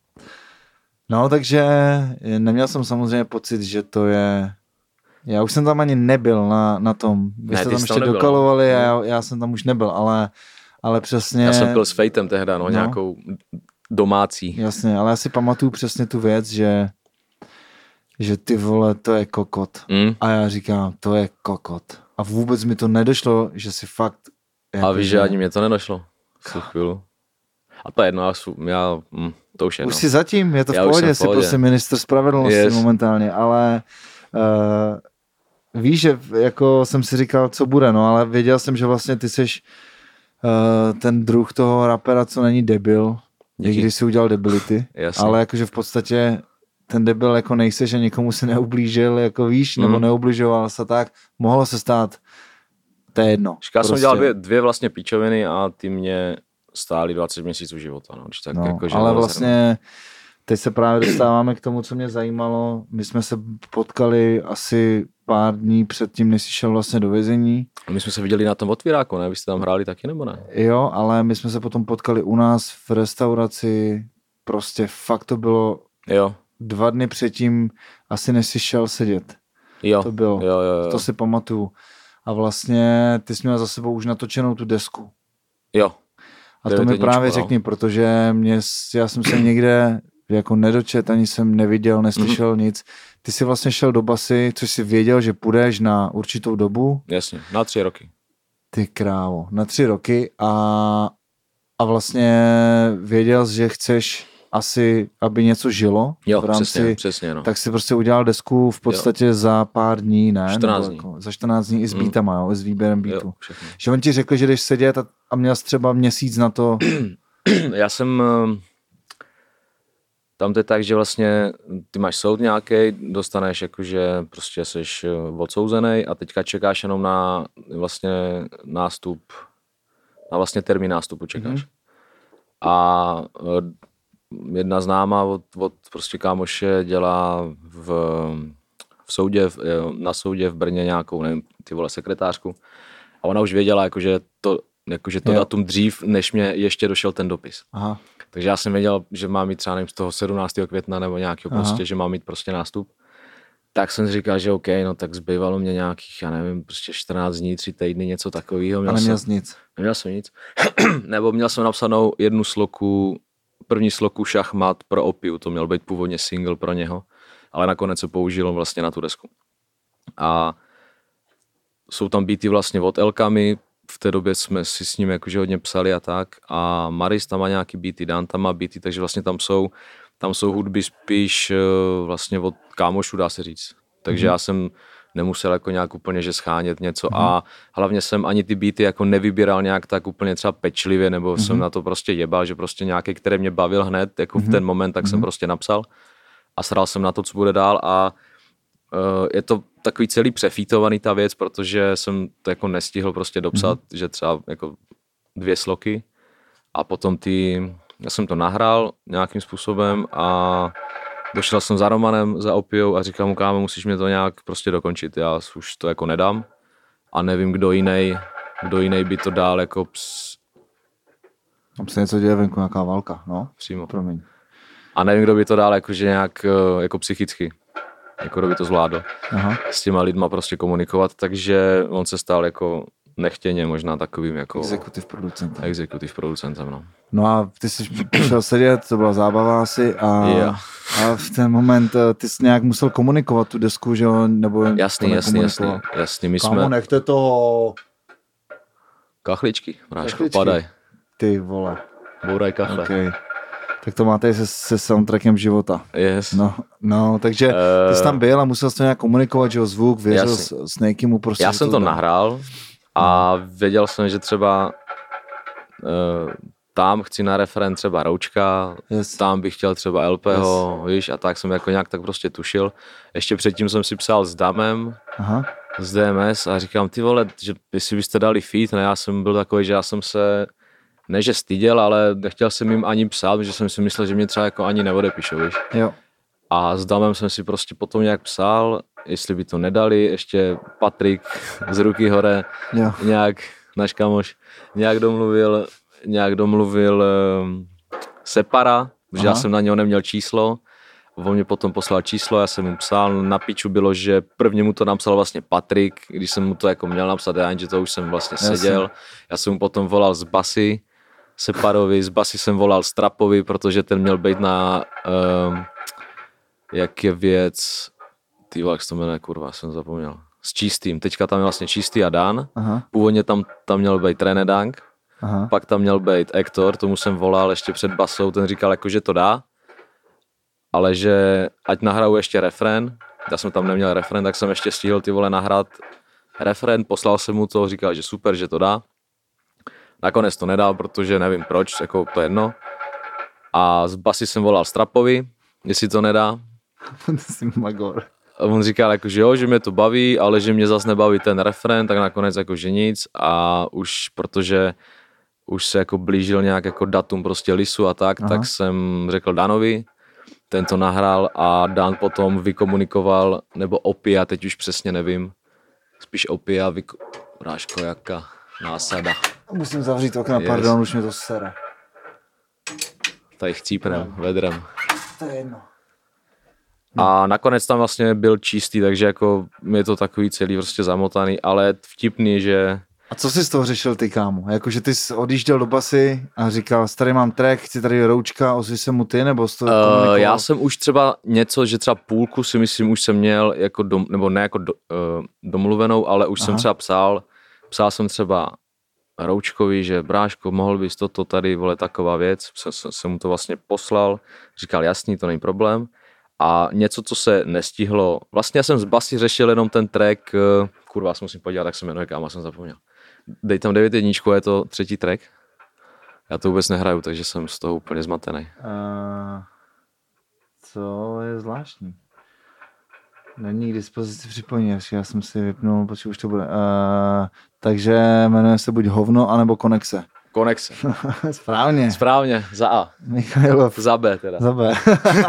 No, takže neměl jsem samozřejmě pocit, že to je... Já už jsem tam ani nebyl na, na tom. Vy ne, jste tam ještě tam nebyl, dokalovali no. a já, já jsem tam už nebyl, ale, ale přesně... Já jsem byl s Fejtem tehda, no, no, nějakou domácí. Jasně, ale já si pamatuju přesně tu věc, že že ty vole, to je kokot. Mm. A já říkám, to je kokot. A vůbec mi to nedošlo, že si fakt... Jako, a víš, že ani mě to nedošlo. chvíli. A to je jedno, já, hm, to už je. Už no. jsi zatím, je to v já pohodě, jsi prostě ministr spravedlnosti yes. momentálně, ale uh, víš, že jako jsem si říkal, co bude, no, ale věděl jsem, že vlastně ty seš uh, ten druh toho rapera, co není debil, i když si udělal debility, ale jakože v podstatě ten debil jako nejseš a nikomu si neublížil, jako víš, mm. nebo neubližoval se tak, mohlo se stát, to je jedno. Já prostě. jsem dělal dvě, dvě vlastně píčoviny a ty mě stály dvacet měsíců života. No, když tak no, jako, ale vlastně teď se právě dostáváme k tomu, co mě zajímalo. My jsme se potkali asi pár dní před tím, než jsi šel vlastně do vězení. My jsme se viděli na tom otvíráku, ne? Vy jste tam hráli taky, nebo ne? Jo, ale my jsme se potom potkali u nás v restauraci. Prostě fakt to bylo jo. dva dny předtím, asi než jsi šel sedět. Jo. To bylo. Jo, jo, jo. To si pamatuju. A vlastně ty jsi měl za sebou už natočenou tu desku. Jo. A to mi právě řekni, protože mě, já jsem se někde jako nedočet, ani jsem neviděl, neslyšel mm-hmm. nic. Ty jsi vlastně šel do basy, což jsi věděl, že půjdeš na určitou dobu. Jasně, na tři roky. Ty krávo, na tři roky a, a vlastně věděl, že chceš asi, aby něco žilo jo, v rámci, přesně, přesně, no. Tak si prostě udělal desku v podstatě jo. za pár dní, ne? čtrnáct dní. Jako, za čtrnáct dní i s mm. beatama, jo, s výběrem beatu. Jo, že on ti řekl, že jdeš sedět a, a měl jsi třeba měsíc na to. Já jsem, tam to je tak, že vlastně ty máš soud nějaký, dostaneš jakože prostě seš odsouzený a teďka čekáš jenom na vlastně nástup, na vlastně termín nástupu čekáš. Mm. A jedna známá od, od prostě kámoše dělá v, v soudě, v, na soudě v Brně nějakou, nevím, ty vole, sekretářku. A ona už věděla, jakože to, jakože to datum dřív, než mě ještě došel ten dopis. Aha. Takže já jsem věděl, že mám mít třeba nevím, z toho sedmnáctého května nebo nějakého prostě, že mám mít prostě nástup. Tak jsem si říkal, že OK, no tak zbývalo mě nějakých, já nevím, prostě čtrnáct dní, tři týdny, něco takového. A neměl jsi nic? Neměl jsem nic. Nebo měl jsem napsanou jednu sloku, první sloku Šachmat pro Opiu, to měl být původně single pro něho, ale nakonec se použil vlastně na tu desku. A jsou tam beaty vlastně od Elkami, v té době jsme si s ním jakože hodně psali a tak, a Maris tam má nějaký beaty, Dan tam má beaty, takže vlastně tam jsou, tam jsou hudby spíš vlastně od kámošů, dá se říct. Takže mm-hmm. já jsem nemusel jako nějak úplně že schánět něco mm-hmm. a hlavně jsem ani ty beaty jako nevybíral nějak tak úplně třeba pečlivě, nebo mm-hmm. jsem na to prostě jebal, že prostě nějaký, který mě bavil hned, jako mm-hmm. v ten moment, tak mm-hmm. jsem prostě napsal a sral jsem na to, co bude dál a uh, je to takový celý přefítovaný ta věc, protože jsem to jako nestihl prostě dopsat, mm-hmm. že třeba jako dvě sloky a potom ty, já jsem to nahrál nějakým způsobem a došel jsem za Romanem, za Opiou a říkám mu, kámo, musíš mě to nějak prostě dokončit, já už to jako nedám a nevím, kdo jiný, kdo jiný by to dál jako ps... Tam se něco děje venku, nějaká válka, no? Přímo. Promiň. A nevím, kdo by to dál jakože nějak jako psychicky, jako kdo by to zvládl. Aha. S těma lidma prostě komunikovat, takže on se stal jako nechtěně možná takovým jako... Executive producentem. Executive producentem, no. No a ty jsi šel sedět, to byla zábava asi a, yeah. a v ten moment ty jsi nějak musel komunikovat tu desku, že jo, nebo... Jasný, jasný, jasný, jasný, my Kámo, jsme... nechte toho... Kachličky, mráčko, padaj. Ty vole. Bouraj kachle. Okay. Tak to máte se, se soundtrackem života. Yes. No, no, takže ty jsi tam byl a musel jsi to nějak komunikovat, že jo, zvuk, věřil s, s někým prostě. Já jsem to, to nahrál a věděl jsem, že třeba uh, tam chci na referen třeba Roučka, yes. tam bych chtěl třeba el pé ho, yes. víš, a tak jsem jako nějak tak prostě tušil. Ještě předtím jsem si psal s Damem, aha. z dé em es a říkám, ty vole, že jestli byste dali feat, ne, já jsem byl takový, že já jsem se ne, že styděl, ale nechtěl jsem jim ani psát, protože jsem si myslel, že mě třeba jako ani neodepíšou, víš. Jo. A s Damem jsem si prostě potom nějak psal, jestli by to nedali, ještě Patrik z Ruky hore, jo. nějak, náš kamoš, nějak domluvil, nějak domluvil um, Separa, protože já jsem na něho neměl číslo, on mě potom poslal číslo, já jsem mu psal, na piču bylo, že prvně mu to napsal vlastně Patrik, když jsem mu to jako měl napsat, já že to už jsem vlastně seděl, Jasně. já jsem mu potom volal z basy, Separovi, z basy jsem volal Strapovi, protože ten měl být na, um, jak je věc, ty jak se to jmenuje, kurva, jsem zapomněl, s Čistým, teďka tam je vlastně Čistý a Dan, Aha. původně tam, tam měl být Trenedang Aha. Pak tam měl být Hector, tomu jsem volal ještě před basou, ten říkal jako, že to dá, ale že ať nahraju ještě refrén, já jsem tam neměl refrén, tak jsem ještě stihl ty vole nahrát refrén, poslal jsem mu to, říkal, že super, že to dá. Nakonec to nedal, protože nevím proč, jako to jedno. A z basy jsem volal Strapovi, jestli to nedá. Jsi magor. A on říkal, jako, že jo, že mě to baví, ale že mě zase nebaví ten refrén, tak nakonec jako, že nic. A už protože už se jako blížil nějak jako datum prostě lisu a tak, Aha. tak jsem řekl Danovi, ten to nahrál a Dan potom vykomunikoval, nebo Opia, teď už přesně nevím, spíš Opia, vyko... Bráško, jaká násada. Musím zavřít okna, yes. Pardon, už mě to sere. Tady chcípnem, vedrem. To je jedno. A nakonec tam vlastně byl čistý, takže jako je to takový celý prostě zamotaný, ale vtipný, že... A co jsi z toho řešil ty, kámo? Jakože ty jsi odjížděl do basy a říkal, tady mám track, chci tady roučka, ozvi se mu ty, nebo jsi to uh, Já jsem už třeba něco, že třeba půlku si myslím, už jsem měl jako, dom, nebo ne jako do, uh, domluvenou, ale už Aha. jsem třeba psal, psal jsem třeba Roučkovi, že bráško, mohl bys toto tady, vole, taková věc, jsem, jsem mu to vlastně poslal, říkal, jasný, to není problém. A něco, co se nestihlo, vlastně já jsem z basy řešil jenom ten track, kurva, já se musím podívat, jak se jmenuje, kámo, jsem zapomněl. Dej tam devět jedničku, je to třetí track. Já to vůbec nehraju, takže jsem z toho úplně zmatený. Uh, co je zvláštní? Není k dispozici připomínač, já jsem si vypnul, počkej, už to bude. Uh, takže jmenuje se buď Hovno, anebo Konexe. Konexe. Správně. Správně, za A. Michailov. Za B teda. Za B.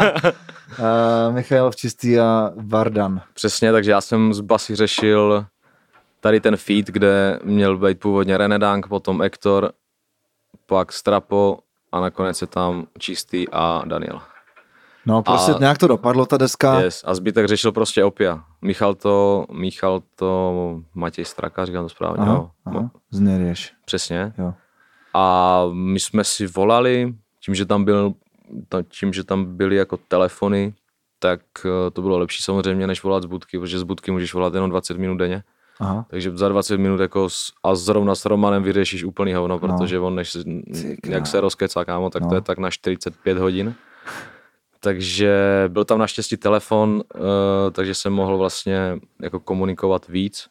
uh, Michailov Čistý a Vardan. Přesně, takže já jsem z basy řešil tady ten feed, kde měl být původně René Dank, potom Hector, pak Strapo a nakonec je tam Čistý a Daniel. No prostě a, nějak to dopadlo, ta deska. Yes, a zbytek řešil prostě Opia. Michal to, Michal to, Matěj Straka, říkám to správně. Aha, jo. aha, zněrieš. Přesně. Jo. A my jsme si volali, tím, že tam byl, tím, že tam byly jako telefony, tak to bylo lepší samozřejmě, než volat z budky, protože z budky můžeš volat jenom dvacet minut denně. Aha. Takže za dvacet minut jako s, a zrovna s Romanem vyřešíš úplný hovno, protože no. on, než, jak se rozkecá, kámo, tak no. to je tak na čtyřicet pět hodin. Takže byl tam naštěstí telefon, uh, takže jsem mohl vlastně jako komunikovat víc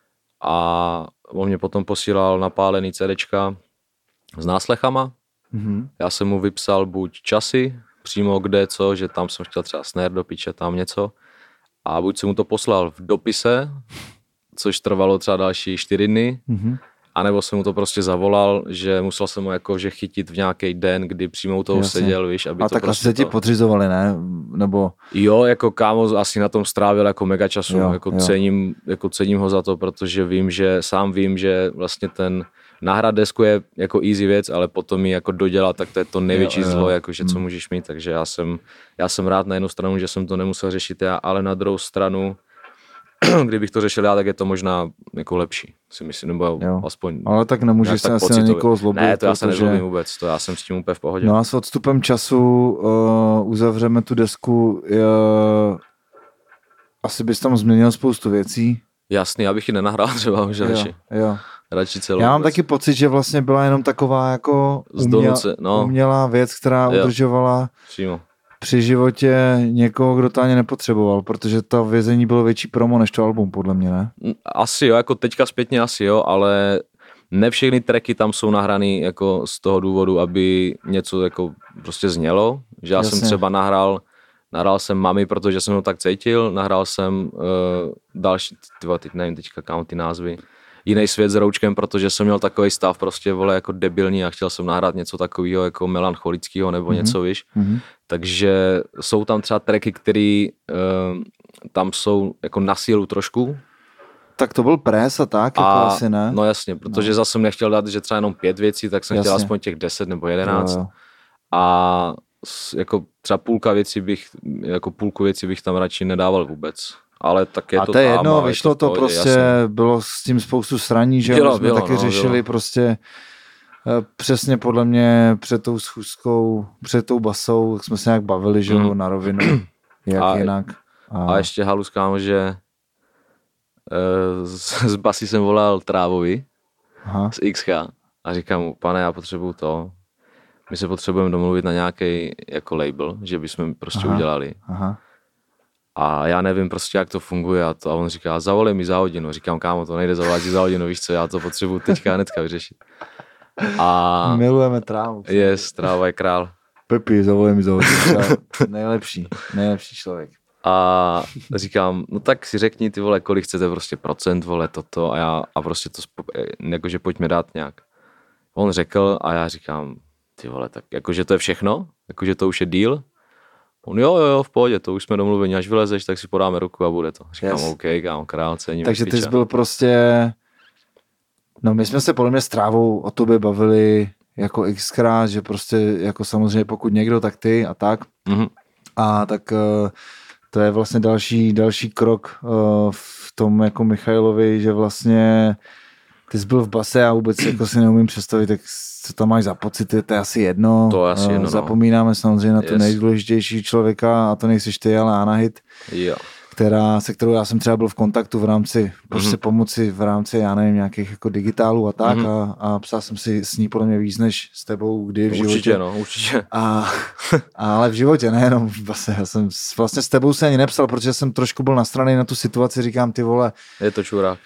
a on mě potom posílal napálený CDčka s náslechama. Mm-hmm. Já jsem mu vypsal buď časy, přímo kde co, že tam jsem chtěl třeba snare do piče, tam něco a buď jsem mu to poslal v dopise, což trvalo třeba další čtyři dny, mm-hmm. A nebo jsem mu to prostě zavolal, že musel jsem mu jako, že chytit v nějaký den, kdy přímo u toho Jasně. seděl, víš, aby a to tak prostě asi se ti to... podřizovali, ne? Nebo... Jo, jako kámo asi na tom strávil jako mega času, jo, jako, jo. Cením, jako cením ho za to, protože vím, že sám vím, že vlastně ten nahrát desku je jako easy věc, ale potom ji jako dodělat, tak to je to největší jo, jo. zlo, jako, že co můžeš mít, takže já jsem, já jsem rád na jednu stranu, že jsem to nemusel řešit já, ale na druhou stranu kdybych to řešil já, tak je to možná jako lepší, si myslím, nebo jo. aspoň... Ale tak nemůžeš se asi na někoho zlobit. Ne, to já se protože... nezlobím vůbec, to já jsem s tím úplně v pohodě. No a s odstupem času uh, uzavřeme tu desku, uh, asi bys tam změnil spoustu věcí. Jasný, abych ji nenahrál třeba, že radši. Jo. Radši celou. Já mám vůbec. Taky pocit, že vlastně byla jenom taková jako uměl, no. umělá věc, která jo. udržovala... Přímo. Při životě někoho, kdo to ani nepotřeboval, protože to vězení bylo větší promo než to album, podle mě, ne? Asi jo, jako teďka zpětně asi jo, ale ne všechny tracky tam jsou nahraný jako z toho důvodu, aby něco jako prostě znělo, že já Jasně. jsem třeba nahrál, nahrál jsem Mami, protože jsem ho tak cítil, nahrál jsem uh, další, tyva, teď nevím teďka kam ty názvy, Jiný svět s Roučkem, protože jsem měl takový stav prostě, vole, jako debilní a chtěl jsem nahrát něco takového jako melancholického nebo mm-hmm. něco, víš. Mm-hmm. Takže jsou tam třeba tracky, které uh, tam jsou jako na sílu trošku. Tak to byl pres a tak, a, jako asi ne? No jasně, protože no. zase jsem nechtěl dát, že třeba jenom pět věcí, tak jsem jasně. chtěl aspoň těch deset nebo jedenáct. Jo, jo. A jako třeba půlka věcí bych, jako půlku věcí bych tam radši nedával vůbec. Ale tak je a to to je tam, jedno, vyšlo je to, to prostě, jasný. Bylo s tím spoustu sraní, že bylo, jsme bylo, taky no, řešili bylo. prostě přesně podle mě před tou schůzkou, před tou basou, jak jsme se nějak bavili, že mm. na rovinu, jak a, jinak. A... a ještě haluskám, že z, z basy jsem volal Trávovi, Aha. z X H. A říkám mu, pane, já potřebuju to. My se potřebujeme domluvit na nějaký jako label, že bychom prostě aha, udělali. Aha. A já nevím prostě, jak to funguje a to. A on říká, zavolej mi za hodinu. Říkám, kámo, to nejde zavolat za hodinu, víš co, já to potřebuju teďka hnedka vyřešit. A milujeme trávu. Yes, tráva je král. Pepi, zavolej mi za hodinu. Nejlepší, nejlepší člověk. A říkám, no tak si řekni ty vole, kolik chcete prostě procent, vole, toto a já a prostě to, jakože pojďme dát nějak. On řekl a já říkám, ty vole, tak jakože to je všechno? Jakože to už je deal? On jo, jo, jo, v pohodě, to už jsme domluveni, až vylezeš, tak si podáme ruku a bude to. Říkám, yes. OK, kámo, král, cením. Takže ty jsi byl prostě, no my jsme se podle mě s Trávou o tobě bavili jako xkrát, že prostě jako samozřejmě pokud někdo, tak ty a tak. Mm-hmm. A tak to je vlastně další, další krok v tom jako Michailovi, že vlastně ty jsi byl v base a vůbec jako si neumím představit, tak co tam máš za pocity, to je asi jedno. To je asi jedno, Zapomínáme no. samozřejmě na to yes. nejdůležitější člověka a to nejsiš ty, ale Anahit, jo. která, se kterou já jsem třeba byl v kontaktu v rámci mm-hmm. prostě pomoci v rámci, já nevím, nějakých jako digitálů a tak mm-hmm. a, a psal jsem si s ní podle mě víc než s tebou, kdy v určitě, životě. Určitě, no, určitě. A, ale v životě, nejenom v base. Já jsem vlastně s tebou se ani nepsal, protože jsem trošku byl nastraný na tu situaci, říkám, ty vole. Je to čurák.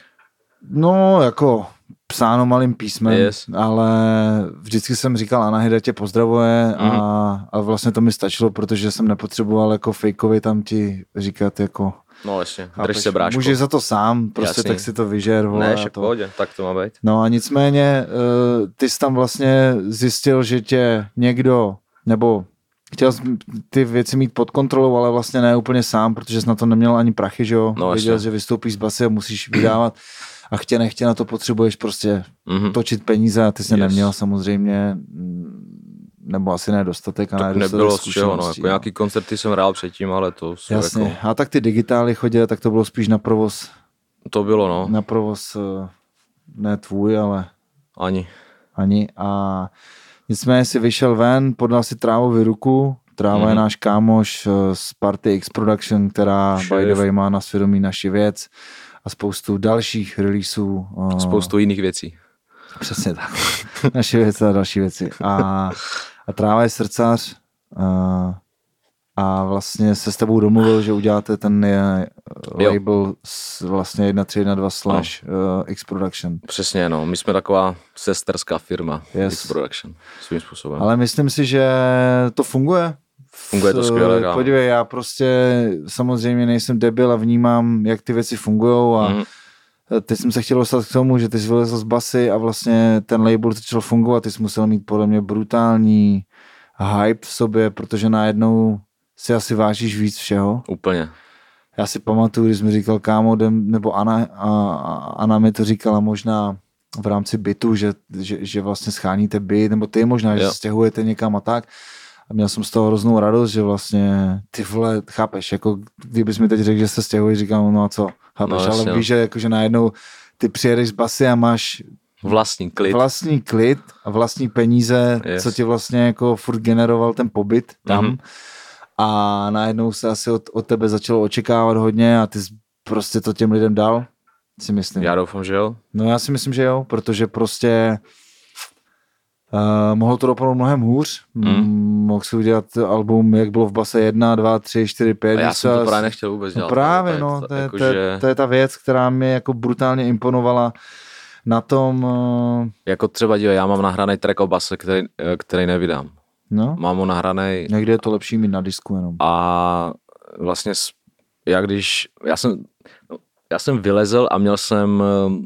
No, jako psáno malým písmem, yes. ale vždycky jsem říkal, Anahida tě pozdravuje mm. a, a vlastně to mi stačilo, protože jsem nepotřeboval jako fejkovi tam ti říkat jako... No jasně, drž se bráško. Můžeš za to sám, prostě jasně. Tak si to vyžer. Ne, však to... pohodě, tak to má být. No a nicméně ty jsi tam vlastně zjistil, že tě někdo, nebo chtěl jsi ty věci mít pod kontrolou, ale vlastně ne úplně sám, protože jsi na to neměl ani prachy, že jo? No, věděl, že vystoupíš z basy a musíš vydávat a chtě nechtě na to potřebuješ prostě mm-hmm. točit peníze a ty jsi yes. neměl samozřejmě, nebo asi nedostatek. A tak nebylo z čeho, no, jako nějaký koncerty jsem hrál předtím, ale to jsou jasně. Jako... A tak ty digitály chodily, tak to bylo spíš na provoz. To bylo, no. Na provoz, ne tvůj, ale... Ani. Ani a nicméně si vyšel ven, podal si Trávovi ruku. Tráva mm-hmm. je náš kámoš z party X Production, která Šef. by the way má na svědomí naši věc a spoustu dalších releaseů. Spoustu jiných věcí. Přesně tak. Naše věci a další věci. A, a Tráva je srdcař a, a vlastně se s tebou domluvil, že uděláte ten je, label s vlastně jedna tři jedna dva slash no. X Production. Přesně, no. My jsme taková sesterská firma yes. X Production svým způsobem. Ale myslím si, že to funguje. Funguje to skvěle. Kámo. Podívej, já prostě samozřejmě nejsem debil a vnímám, jak ty věci fungujou a mm. teď jsem se chtěl dostat k tomu, že ty jsi vylezl z basy a vlastně ten label začal fungovat, ty jsi musel mít podle mě brutální hype v sobě, protože najednou si asi vážíš víc všeho. Úplně. Já si pamatuju, když mi říkal kámo, nebo Anna, a, Anna mi to říkala možná v rámci bytu, že, že, že vlastně scháníte byt, nebo ty možná, jo. že se stěhujete někam a tak. A měl jsem z toho hroznou radost, že vlastně ty vole, chápeš, jako kdybys mi teď řekl, že se stěhuješ, říkám, no a co, chápeš, no, ale víš, že jakože najednou ty přijedeš z basy a máš vlastní klid, vlastní klid a vlastní peníze, yes. co ti vlastně jako furt generoval ten pobyt tam mm-hmm. a najednou se asi od, od tebe začalo očekávat hodně a ty jsi prostě to těm lidem dal, si myslím. Já doufám, že jo. No já si myslím, že jo, protože prostě Uh, mohlo to dopadnout mnohem hůř. Mm. Mohl si udělat album, jak bylo v base jedna, dva, tři, čtyři, pět. A já jsem to právě nechtěl vůbec dělat. No právě, no, to, je, to, je, že... to je ta věc, která mi jako brutálně imponovala na tom. Uh... Jako třeba dívej, já mám nahraný track o base, který, který nevydám. No. Mám ho nahraný. Někdy je to lepší mít na disku jenom. A vlastně, já když, já jsem, já jsem vylezl a měl jsem...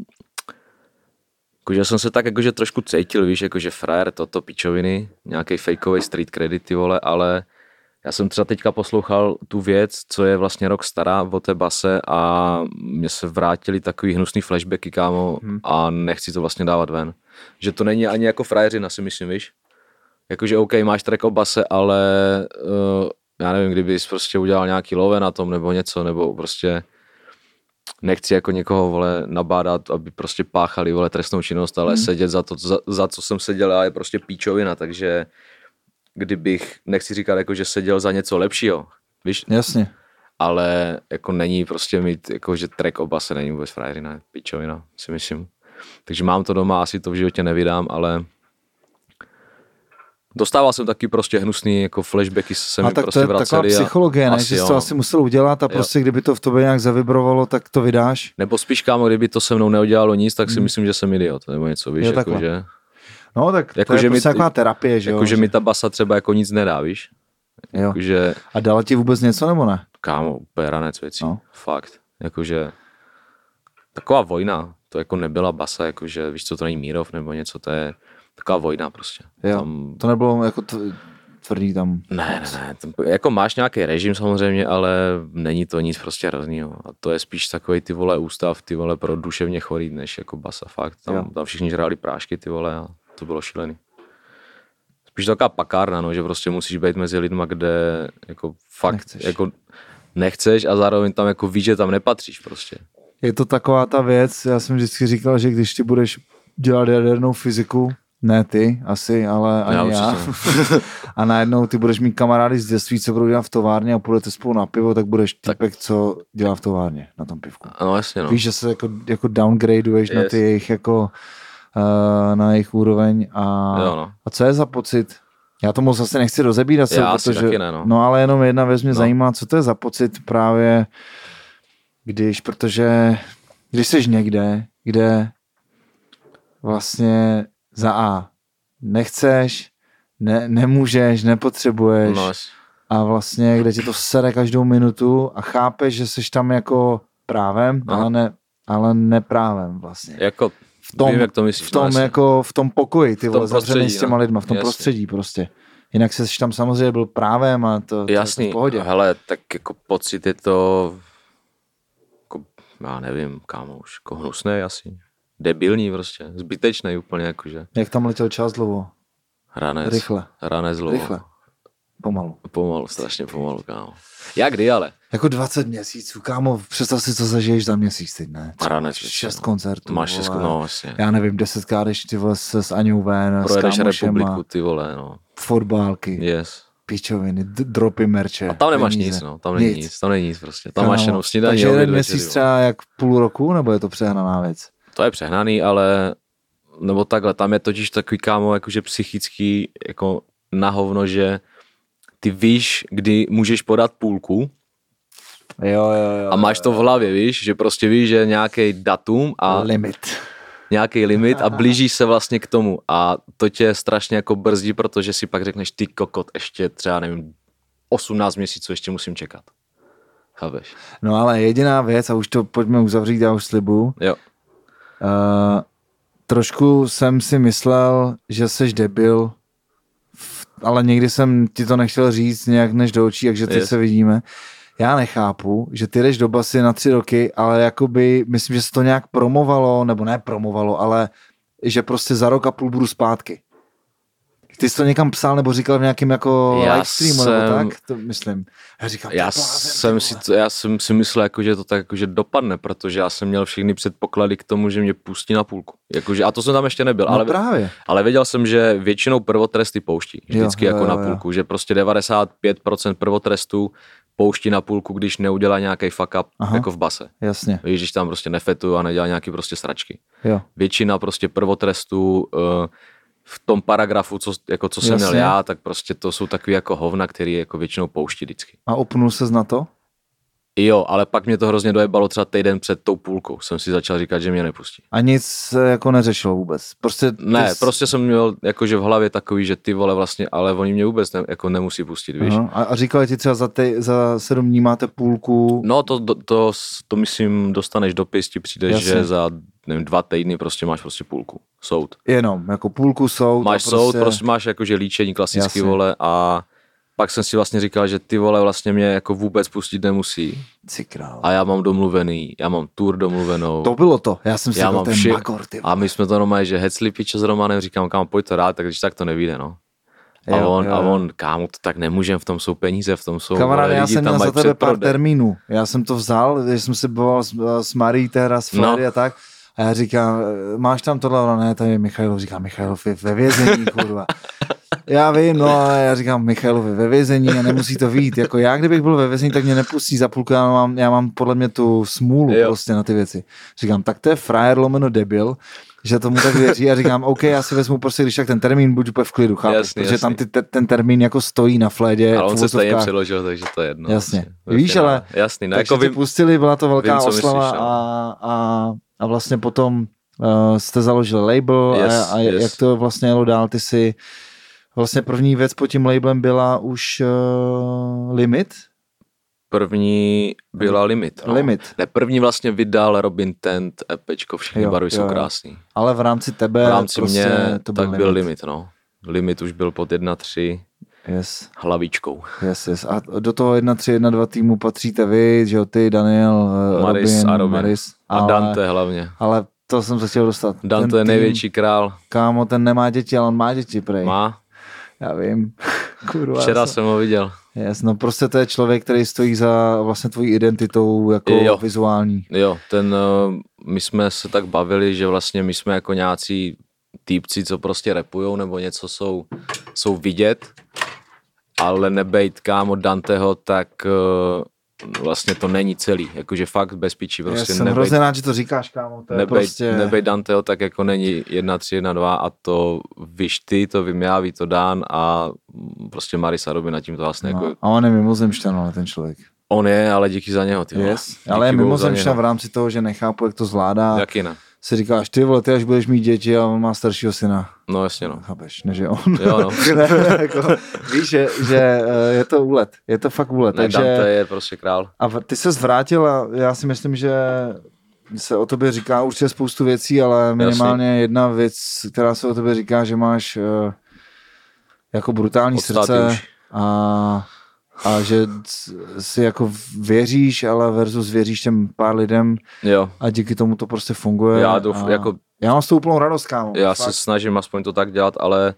Jakože jsem se tak jakože trošku cítil, víš, jakože frajer, toto pičoviny, nějaký fakeový street credit, ty vole, ale já jsem třeba teďka poslouchal tu věc, co je vlastně rok stará o té base a mně se vrátili takový hnusný flashbacky, kámo, hmm. a nechci to vlastně dávat ven. Že to není ani jako frajeřina, si myslím, víš. Jakože OK, máš track o base, ale uh, já nevím, kdybys prostě udělal nějaký love na tom nebo něco, nebo prostě... Nechci jako někoho, vole, nabádat, aby prostě páchali, vole, trestnou činnost, ale hmm. sedět za to, za, za co jsem seděl, a je prostě píčovina, takže kdybych, nechci říkat jako, že seděl za něco lepšího, víš? Jasně. Ale jako není prostě mít, jako, že track o base není vůbec frajerina, píčovina, si myslím. Takže mám to doma, asi to v životě nevydám, ale dostával jsem taky prostě hnusný jako flashbacky, se mi tak prostě to je vraceli. Taková psychologie, ne? Že jsi to asi musel udělat a prostě jo. Kdyby to v tobě nějak zavibrovalo, tak to vydáš. Nebo spíš, kámo, kdyby to se mnou neudělalo nic, tak si hmm. myslím, že jsem idiot, nebo něco, víš, jako, že... No tak jako, to je že prostě mi, taková terapie, že jako, jo? že mi ta basa třeba jako nic nedá, víš? Jo. Jako, že... A dala ti vůbec něco, nebo ne? Kámo, úplně ranec věcí, no. Fakt. Jakože taková vojna, to jako nebyla basa, jakože víš co, to není Mírov nebo něco, to je taková vojna prostě. Jo, tam... to nebylo jako tvrdý tam. Ne, ne, ne, tam, jako máš nějaký režim samozřejmě, ale není to nic prostě hroznýho. A to je spíš takový ty vole ústav, ty vole pro duševně chorý, než jako basa, fakt. Tam, tam všichni žrali prášky, ty vole, a to bylo šílený. Spíš taková pakárna, no, že prostě musíš být mezi lidma, kde jako fakt nechceš. jako nechceš a zároveň tam jako víš, že tam nepatříš prostě. Je to taková ta věc, já jsem vždycky říkal, že když ty budeš dělat jadernou fyziku, ne ty asi, ale ani já, já. A najednou ty budeš mít kamarády z dětství, co budou dělat v továrně a půjdete spolu na pivo, tak budeš typek, co dělá v továrně na tom pivku. No jasně, no. Víš, že se jako, jako downgradeuješ yes. na ty jejich jako uh, na jejich úroveň a, jo, no. a co je za pocit? Já to moc asi nechci rozebírat, se, já protože, taky ne, no. no ale jenom jedna věc mě no. zajímá, co to je za pocit právě, když, protože když jsi někde, kde vlastně za A nechceš, ne, nemůžeš, nepotřebuješ no. a vlastně kde ti to sere každou minutu a chápeš, že jsi tam jako právem, ale, ne, ale neprávem vlastně. Jako v tom, vím, jak to myslíš, v tom, no, jako v tom pokoji, ty vole, zavřený s těma no. lidma, v tom jasně. prostředí prostě. Jinak jsi tam samozřejmě byl právem a to, to jasný, je v pohodě. Hele, tak jako pocit je to jako, já nevím, kámo, už jako hnusnej asi. Debilní prostě, zbytečný úplně jakože. Jak tam letěl čas dlouho? Ranec. Rychle. Ranec dlouho. Rychle. Pomalu. Pomalu, strašně pomalu, kámo. Jak kdy, ale? Jako dvacet měsíců, kámo, představ si, co zažiješ za měsíc teď, ne? Ranec. Šest koncertů. Máš šest, no vlastně. Já nevím, desetkrát jdeš ty vole se s Aňou ven, projedeš s kámošema. republiku, ty vole, no. Fotbálky. Yes. Pičoviny, d- dropy merče. A tam nemáš peníze. nic, no, tam není nic. nic, tam není nic prostě. Tam kámo, máš jenom snídaní. Takže jeden měsíc třeba jak půl roku, nebo je to přehnaná věc? To je přehnaný, ale nebo takhle, tam je totiž takový, kámo, jakože psychický, jako na hovno, že ty víš, kdy můžeš podat půlku jo, jo, jo, a máš to v hlavě, víš, že prostě víš, že nějaký datum a limit. nějaký limit a blížíš se vlastně k tomu a to tě strašně jako brzdí, protože si pak řekneš, ty kokot, ještě třeba, nevím, osmnáct měsíců ještě musím čekat. Chápeš? No ale jediná věc, a už to pojďme uzavřít, já už slibuju. Jo. Uh, trošku jsem si myslel, že seš debil, ale někdy jsem ti to nechtěl říct nějak než do očí, takže teď yes. se vidíme. Já nechápu, že ty jdeš do basy na tři roky, ale jakoby, myslím, že se to nějak promovalo, nebo ne promovalo, ale že prostě za rok a půl budu zpátky. Ty jsi to někam psal, nebo říkal v nějakém jako live streamu, jsem... nebo tak? To myslím. Já, říkám, já, jsem si to, já jsem si myslel, jako, že to tak jako, že dopadne, protože já jsem měl všechny předpoklady k tomu, že mě pustí na půlku. Jakože, a to jsem tam ještě nebyl. No ale, právě. Ale věděl jsem, že většinou prvotresty pouští. Vždycky jo, jo, jako jo, na půlku. Jo. Že prostě devadesát pět procent prvotrestů pouští na půlku, když neudělá nějaký fuck up. Aha, jako v base. Jasně. Víš, když tam prostě nefetuje a nedělá nějaký prostě sračky. Jo. Většina prostě prvotrestů uh, v tom paragrafu, co, jako co jsem měl já, tak prostě to jsou takový jako hovna, který jako většinou pouští vždycky. A opnul ses na to? Jo, ale pak mě to hrozně dojebalo třeba týden před tou půlkou. Jsem si začal říkat, že mě nepustí. A nic jako neřešilo vůbec? Prostě ne, jsi... prostě jsem měl jakože v hlavě takový, že ty vole vlastně, ale oni mě vůbec ne, jako nemusí pustit, víš. Aha. A, a říkali ti třeba za, te, za sedm dní máte půlku? No to, to, to, to myslím, dostaneš dopis, ti přijdeš, jasně, že za nevím, dva týdny prostě máš prostě půlku. Soud. Jenom, jako půlku soud. Máš prostě... soud, prostě máš jakože líčení klasický, jasně, vole, a pak jsem si vlastně říkal, že ty vole vlastně mě jako vůbec pustit nemusí. A já mám domluvený, já mám tour domluvenou. To bylo to, já jsem si já ten vše... magor, ty vole. A my jsme to normálně, že hecli piče s Romanem, říkám, kámo, pojď to rád, tak když tak to nevyjde, no. A jo, on, jo, jo. a on, kámo, to tak nemůžem, v tom jsou peníze, v tom jsou kamarád, lidi, já jsem tam měl za tebe předprodej. pár termínů, já jsem to vzal, když jsem se bavil s, s Marí tehda, s Flary no. a tak. A já říkám, máš tam tohle, ne, tady je Michailov, říkám, Michailov je ve vězení, kurva. Já vím, no a já říkám, Michailov je ve vězení a nemusí to vyjít. Jako já, kdybych byl ve vězení, tak mě nepustí za půlku, já mám, já mám podle mě tu smůlu jo. prostě na ty věci. Říkám, tak to je frajer lomeno debil, že tomu tak věří a říkám, OK, já si vezmu prostě, když tak ten termín, buď úplně v klidu, chápu, jasný, protože jasný. tam ty, te, ten termín jako stojí na flédě. Ale on se stejně přeložil, takže to je jedno. Jasně. Vlastně. Víš, ale jasný, no, takže jako vím, pustili, byla to velká vím, oslava myslíš, no. a, a, a vlastně potom uh, jste založili label yes, a, a yes. jak to vlastně jelo dál, ty si vlastně první věc pod tím labelem byla už uh, Limit? První byla Limit. No. Limit. Ne, první vlastně vydal Robin Tent, EPčko, všechny jo, barvy jo, jsou krásný. Ale v rámci tebe v rámci prostě mě to byl tak limit. byl Limit, no. Limit už byl pod jedna tři yes. hlavičkou. Yes, yes. A do toho jedna tři jedna dva týmu patříte vy, že jo, ty, Daniel, Maris Robin, a Robin. Maris. A ale, Dante hlavně. Ale to jsem se chtěl dostat. Dante je největší král. Kámo, ten nemá děti, ale on má děti, prej. Má. Já vím. Kurva. Včera jsem ho viděl. Yes, no prostě to je člověk, který stojí za vlastně tvojí identitou jako jo. vizuální. Jo, ten, my jsme se tak bavili, že vlastně my jsme jako nějací týpci, co prostě rapujou nebo něco jsou, jsou vidět, ale nebejt kámo Danteho, tak vlastně to není celý, jakože fakt bez piči. Prostě Já jsem nebejt, hrozně rád, že to říkáš, kámo. To je nebejt, prostě... nebejt Danteho, tak jako není jedna tři jedna dva a to víš ty, to vím já, ví to Dan a prostě Marisa Robina tím to vlastně no, jako... A on je mimozemšťan, ale ten člověk. On je, ale díky za něho, ty yes. Ale je mimozemšťan v rámci toho, že nechápu, jak to zvládá. Jak ne? Si říkáš, ty vole, ty až budeš mít děti a on má staršího syna. No jasně no. Chápeš, než je on. Jo no. ne, jako, víš, že, že je to úlet, je to fakt úlet. Ne, takže... Dante je prostě král. A ty se zvrátil a já si myslím, že se o tobě říká určitě spoustu věcí, ale minimálně jasně. jedna věc, která se o tobě říká, že máš uh, jako brutální Odstátý srdce už. a a že si jako věříš, ale versus věříš těm pár lidem jo. a díky tomu to prostě funguje. Já, douf, jako, já mám s tou úplnou radost, kámo. Já fakt. se snažím aspoň to tak dělat, ale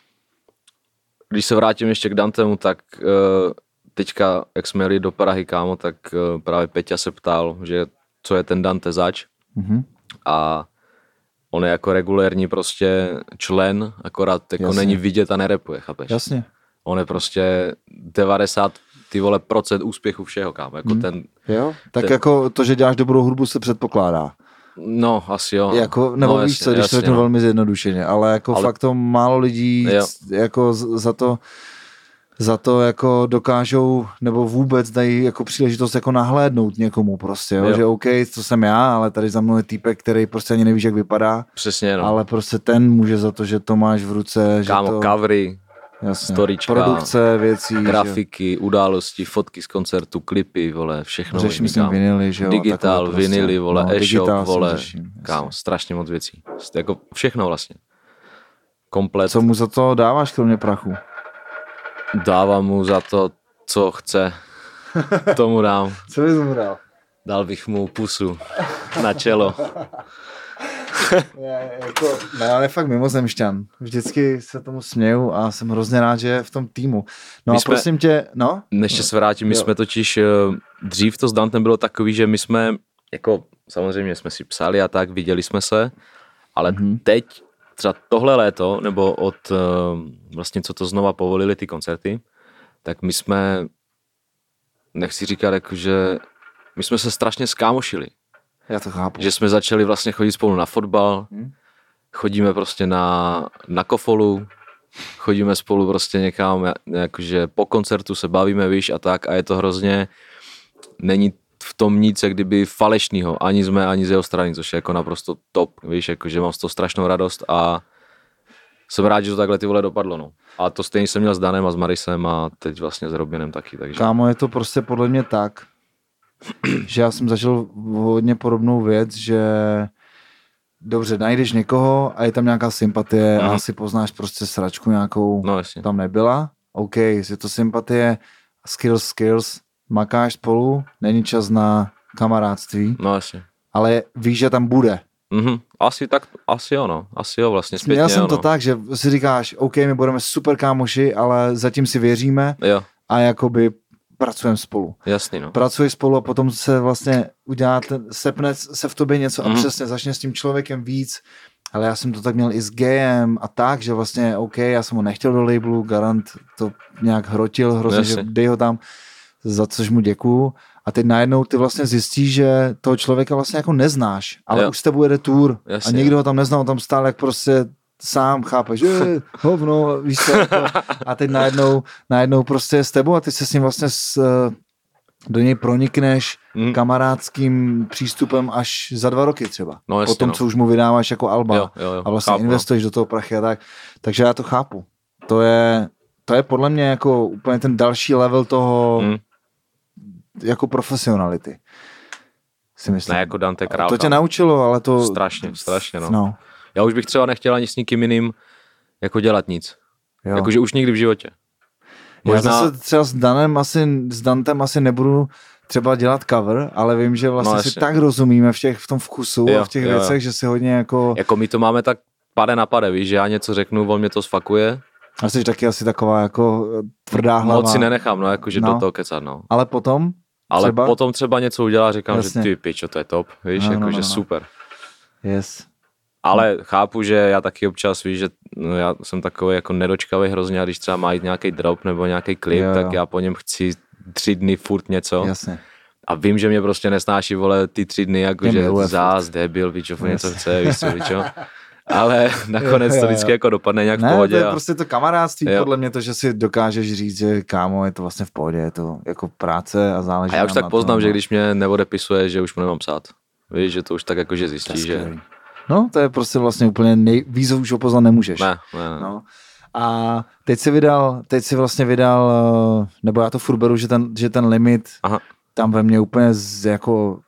když se vrátím ještě k Dantemu, tak uh, teďka, jak jsme jeli do Prahy, kámo, tak uh, právě Peťa se ptal, že co je ten Dante zač mm-hmm. a on je jako regulérní prostě člen, akorát jako není vidět a nerepuje, chápeš? Jasně. On je prostě devadesát ty vole procent úspěchu všeho, kámo. Jako hmm. ten, jo, tak ten... jako to, že děláš dobrou hudbu, se předpokládá. No, asi jo. Jako, nebo no, víš jasně, co, když jasně, to řeknu no. velmi zjednodušeně, ale jako ale... fakt to málo lidí jo. jako za to za to jako dokážou, nebo vůbec dají jako příležitost jako nahlédnout někomu prostě, jo? Jo. Že OK, to jsem já, ale tady za mnou je týpek, který prostě ani nevíš, jak vypadá. Přesně, no. Ale prostě ten může za to, že to máš v ruce, kámo, že to... covery, jasně. Storička, produkce, věcí, grafiky, že... události, fotky z koncertu, klipy, vole, všechno. Řeším s tím vinily, že jo. Digital, prostě. Vinily, vole, no, e-shop, vole, řeším, kámo, strašně moc věcí. Jako všechno vlastně. Komplet. Co mu za to dáváš, kromě prachu? Dávám mu za to, co chce. Tomu dám. Co bys mu dal? Dal bych mu pusu na čelo. je, jako, ne, ale fakt mimozemšťan. Vždycky se tomu směju a jsem hrozně rád, že je v tom týmu. No my a jsme, prosím tě, no? Než se vrátím, my jo. jsme totiž, dřív to s Dantem bylo takový, že my jsme, jako samozřejmě jsme si psali a tak, viděli jsme se, ale mm-hmm. teď, třeba tohle léto, nebo od vlastně co to znova povolili ty koncerty, tak my jsme, nechci říkat, jako, že my jsme se strašně skámošili. Já to chápu. Že jsme začali vlastně chodit spolu na fotbal, hmm. chodíme prostě na, na kofolu, chodíme spolu prostě někam, jakože po koncertu se bavíme, víš, a tak, a je to hrozně, není v tom nic, jak kdyby falešnýho, ani z mé, ani z jeho strany, což je jako naprosto top, víš, jakože mám z toho strašnou radost a jsem rád, že to takhle ty vole dopadlo, no. A to stejně jsem měl s Danem a s Marisem a teď vlastně s Robinem taky, takže. Kámo, je to prostě podle mě tak, že já jsem zažil hodně podobnou věc, že dobře, najdeš někoho a je tam nějaká sympatie mm. a si poznáš prostě sračku nějakou, no, tam nebyla, OK, je to sympatie, skills, skills, makáš spolu, není čas na kamarádství, no, jasně. Ale víš, že tam bude. Mm-hmm. Asi tak, asi jo, no. Asi jo, vlastně zpětně, Měl jsem jo, to no. tak, že si říkáš, OK, my budeme super kámoši, ale zatím si věříme jo. a jakoby pracujeme spolu. Jasný, no. Pracuješ spolu a potom se vlastně udělá ten, sepne se v tobě něco mm. a přesně začne s tím člověkem víc, ale já jsem to tak měl i s Gayem a tak, že vlastně OK, já jsem ho nechtěl do labelu, Garant to nějak hrotil hrozně, že dej ho tam, za což mu děkuju, a teď najednou ty vlastně zjistíš, že toho člověka vlastně jako neznáš, ale jo. už s tebou jede tour Jasně. a nikdo ho tam neznal, on tam stál jak prostě sám, chápeš, že hovno, víš co, jako, a teď najednou, najednou prostě je s tebou a ty se s ním vlastně s, do něj pronikneš mm. kamarádským přístupem až za dva roky třeba. No, jasně, po tom, no. co už mu vydáváš jako alba jo, jo, jo. a vlastně chápu, investuješ no. do toho prachy a tak. Takže já to chápu. To je, to je podle mě jako úplně ten další level toho mm. jako profesionality. Si myslím. Ne, jako Dante Král. To tě naučilo, ale to... Strašně, strašně, no. no. Já už bych třeba nechtěl ani s nikým jiným jako dělat nic. Jo. Jakože už nikdy v životě. Možná... Já zase třeba s Danem asi, s Dantem asi nebudu třeba dělat cover, ale vím, že vlastně no, si tak rozumíme v, těch, v tom vkusu jo, a v těch jo, věcech, jo. že si hodně jako... Jako my to máme tak pade na pade, víš, že já něco řeknu, on mě to sfakuje. A jsi taky asi taková jako tvrdá hlava. Moc si nenechám, no, jakože no. do toho kecat, no. Ale potom? Ale třeba? potom třeba něco udělá, říkám, Jasně. že ty pičo, to je top, víš, no, jakože no, no, no. super. Yes. Ale chápu, že já taky občas, víš, že no, já jsem takový jako nedočkavý hrozně a když třeba má jít nějaký drop nebo nějaký klip, jo, jo. tak já po něm chci tři dny furt něco. Jasně. A vím, že mě prostě nesnáší, vole, ty tři dny, jakože zás, debil, víčo, něco chce, víš co, víčo. Ale nakonec jo, jo, to vždycky jo. jako dopadne nějak ne, v pohodě. Ne, to je a... prostě to kamarádství, jo. podle mě to, že si dokážeš říct, že kámo, je to vlastně v pohodě, je to jako práce a záleží. A já už tak poznám, tom, že když mě neodepisuje, že už mu nemám psát. Víš, že to už tak jakože zjistí, že... No, to je prostě vlastně úplně nej... víc už ho poznat nemůžeš. Ne, ne, ne. No. A teď si vydal, teď si vlastně vydal, nebo já to furt beru, že ten, že ten limit Aha. tam ve mně úplně z, jako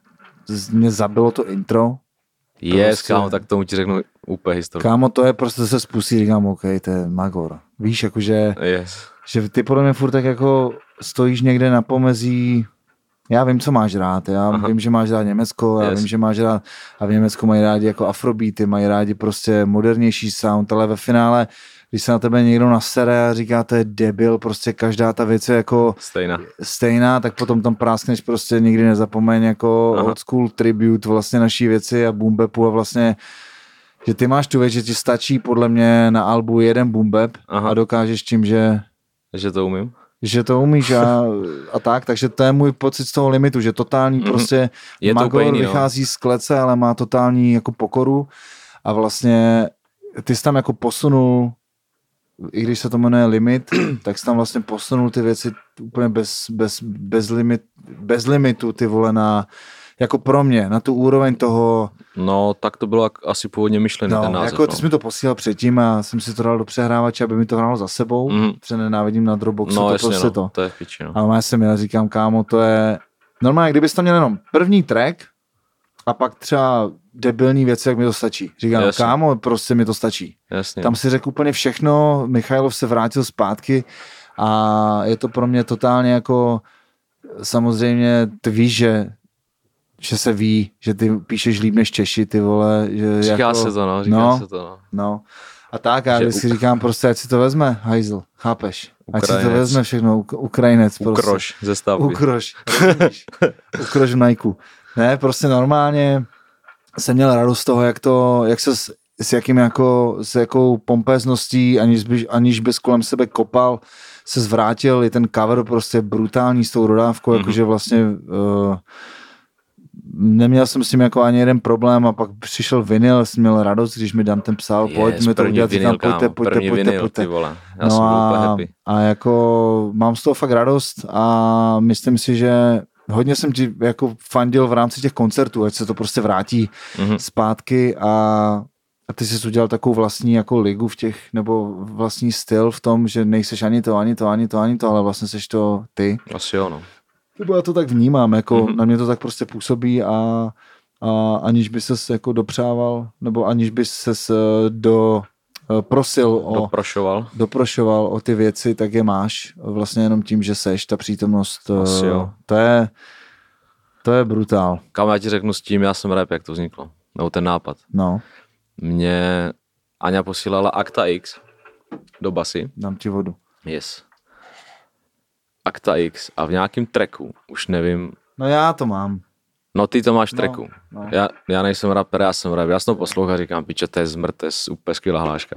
z, mě zabilo to intro. Yes, prostě, kámo, tak tomu ti řeknu úplně historii. Kámo, to je prostě se spustí, říkám, OK, to je magor. Víš, jakože, yes. že ty podle mě furt tak jako stojíš někde na pomezí, já vím, co máš rád, já Aha. vím, že máš rád Německo, já yes. vím, že máš rád, a v Německu mají rádi jako afrobeaty, mají rádi prostě modernější sound, ale ve finále, když se na tebe někdo nasere a říká, to je debil, prostě každá ta věc je jako stejná, stejná tak potom tam práskneš prostě nikdy nezapomeň jako Aha. old school tribute vlastně naší věci a boom bapu a vlastně, že ty máš tu věc, že ti stačí podle mě na albu jeden boom bap a dokážeš tím, že že to umím. Že to umíš a, a tak, takže to je můj pocit z toho limitu, že totální mm-hmm. prostě je magor jiný, vychází no. z klece, ale má totální jako pokoru a vlastně ty jsi tam jako posunul, i když se to jmenuje limit, tak jsi tam vlastně posunul ty věci úplně bez, bez, bez, limit, bez limitu, ty vole, na, jako pro mě, na tu úroveň toho... No, tak to bylo asi původně myšlený no, ten název. Jako ty jsi mi to posílal předtím a jsem si to dal do přehrávače, aby mi to hrálo za sebou, mm. protože nenávidím na Dropboxu, no, to jasně, prostě no, to. to je v piči, no. Ale já jsem já říkám, kámo, to je... Normálně, kdybys tam měl jenom první track a pak třeba debilní věci, jak mi to stačí. Říkám, jasně. kámo, prostě mi to stačí. Jasně. Tam si řekl úplně všechno, Michailov se vrátil zpátky a je to pro mě totálně jako, samozřejmě ty víš, že, že se ví, že ty píšeš líp než Češi, ty vole. Že říká jako, se to, no, říká no, se to, no. no. A tak, já vždycky u... říkám prostě, ať si to vezme, hajzl, chápeš? Ať Ukrajinec. si to vezme všechno, Ukrajinec. Prostě. Ukroš ze stavby. Ukroš, Ukroš v Nike. Ne, prostě normálně jsem měl radost z toho, jak to, jak se s, s jakým jako, s jakou pompézností, aniž bys, aniž bys kolem sebe kopal, se zvrátil, i ten cover prostě brutální s tou dodávkou, mm-hmm. jakože vlastně uh, neměl jsem s tím jako ani jeden problém a pak přišel vinyl, jsem měl radost, když mi Dan ten psal, yes, pojď mi to udělat, říkám, pojďte, pojďte, pojďte, vinyl, pojďte. Já no jsem a, byl happy. A jako mám z toho fakt radost a myslím si, že hodně jsem ti jako fandil v rámci těch koncertů, ať se to prostě vrátí mm-hmm. zpátky a, a ty jsi udělal takovou vlastní jako ligu v těch, nebo vlastní styl v tom, že nejseš ani to, ani to, ani to, ani to, ale vlastně seš to ty. Asi jo, no. Nebo já to tak vnímám, jako mm-hmm. na mě to tak prostě působí a, a aniž by ses jako dopřával, nebo aniž by ses do prosil o, doprošoval. doprošoval o ty věci, tak je máš vlastně jenom tím, že seš ta přítomnost. Asi jo. To je to je brutál. Kam já ti řeknu s tím, já jsem rap, jak to vzniklo. Nebo ten nápad. No. Mě Aňa posílala Akta X do basy. Dám ti vodu. Yes. Akta X a v nějakým tracku, už nevím. No já to mám. No ty to máš v tracku. No, no. Já, já nejsem rapper, já jsem rap. Já jsem to poslouchal a říkám, piče, to je zmrt, to je úplně skvělá hláška.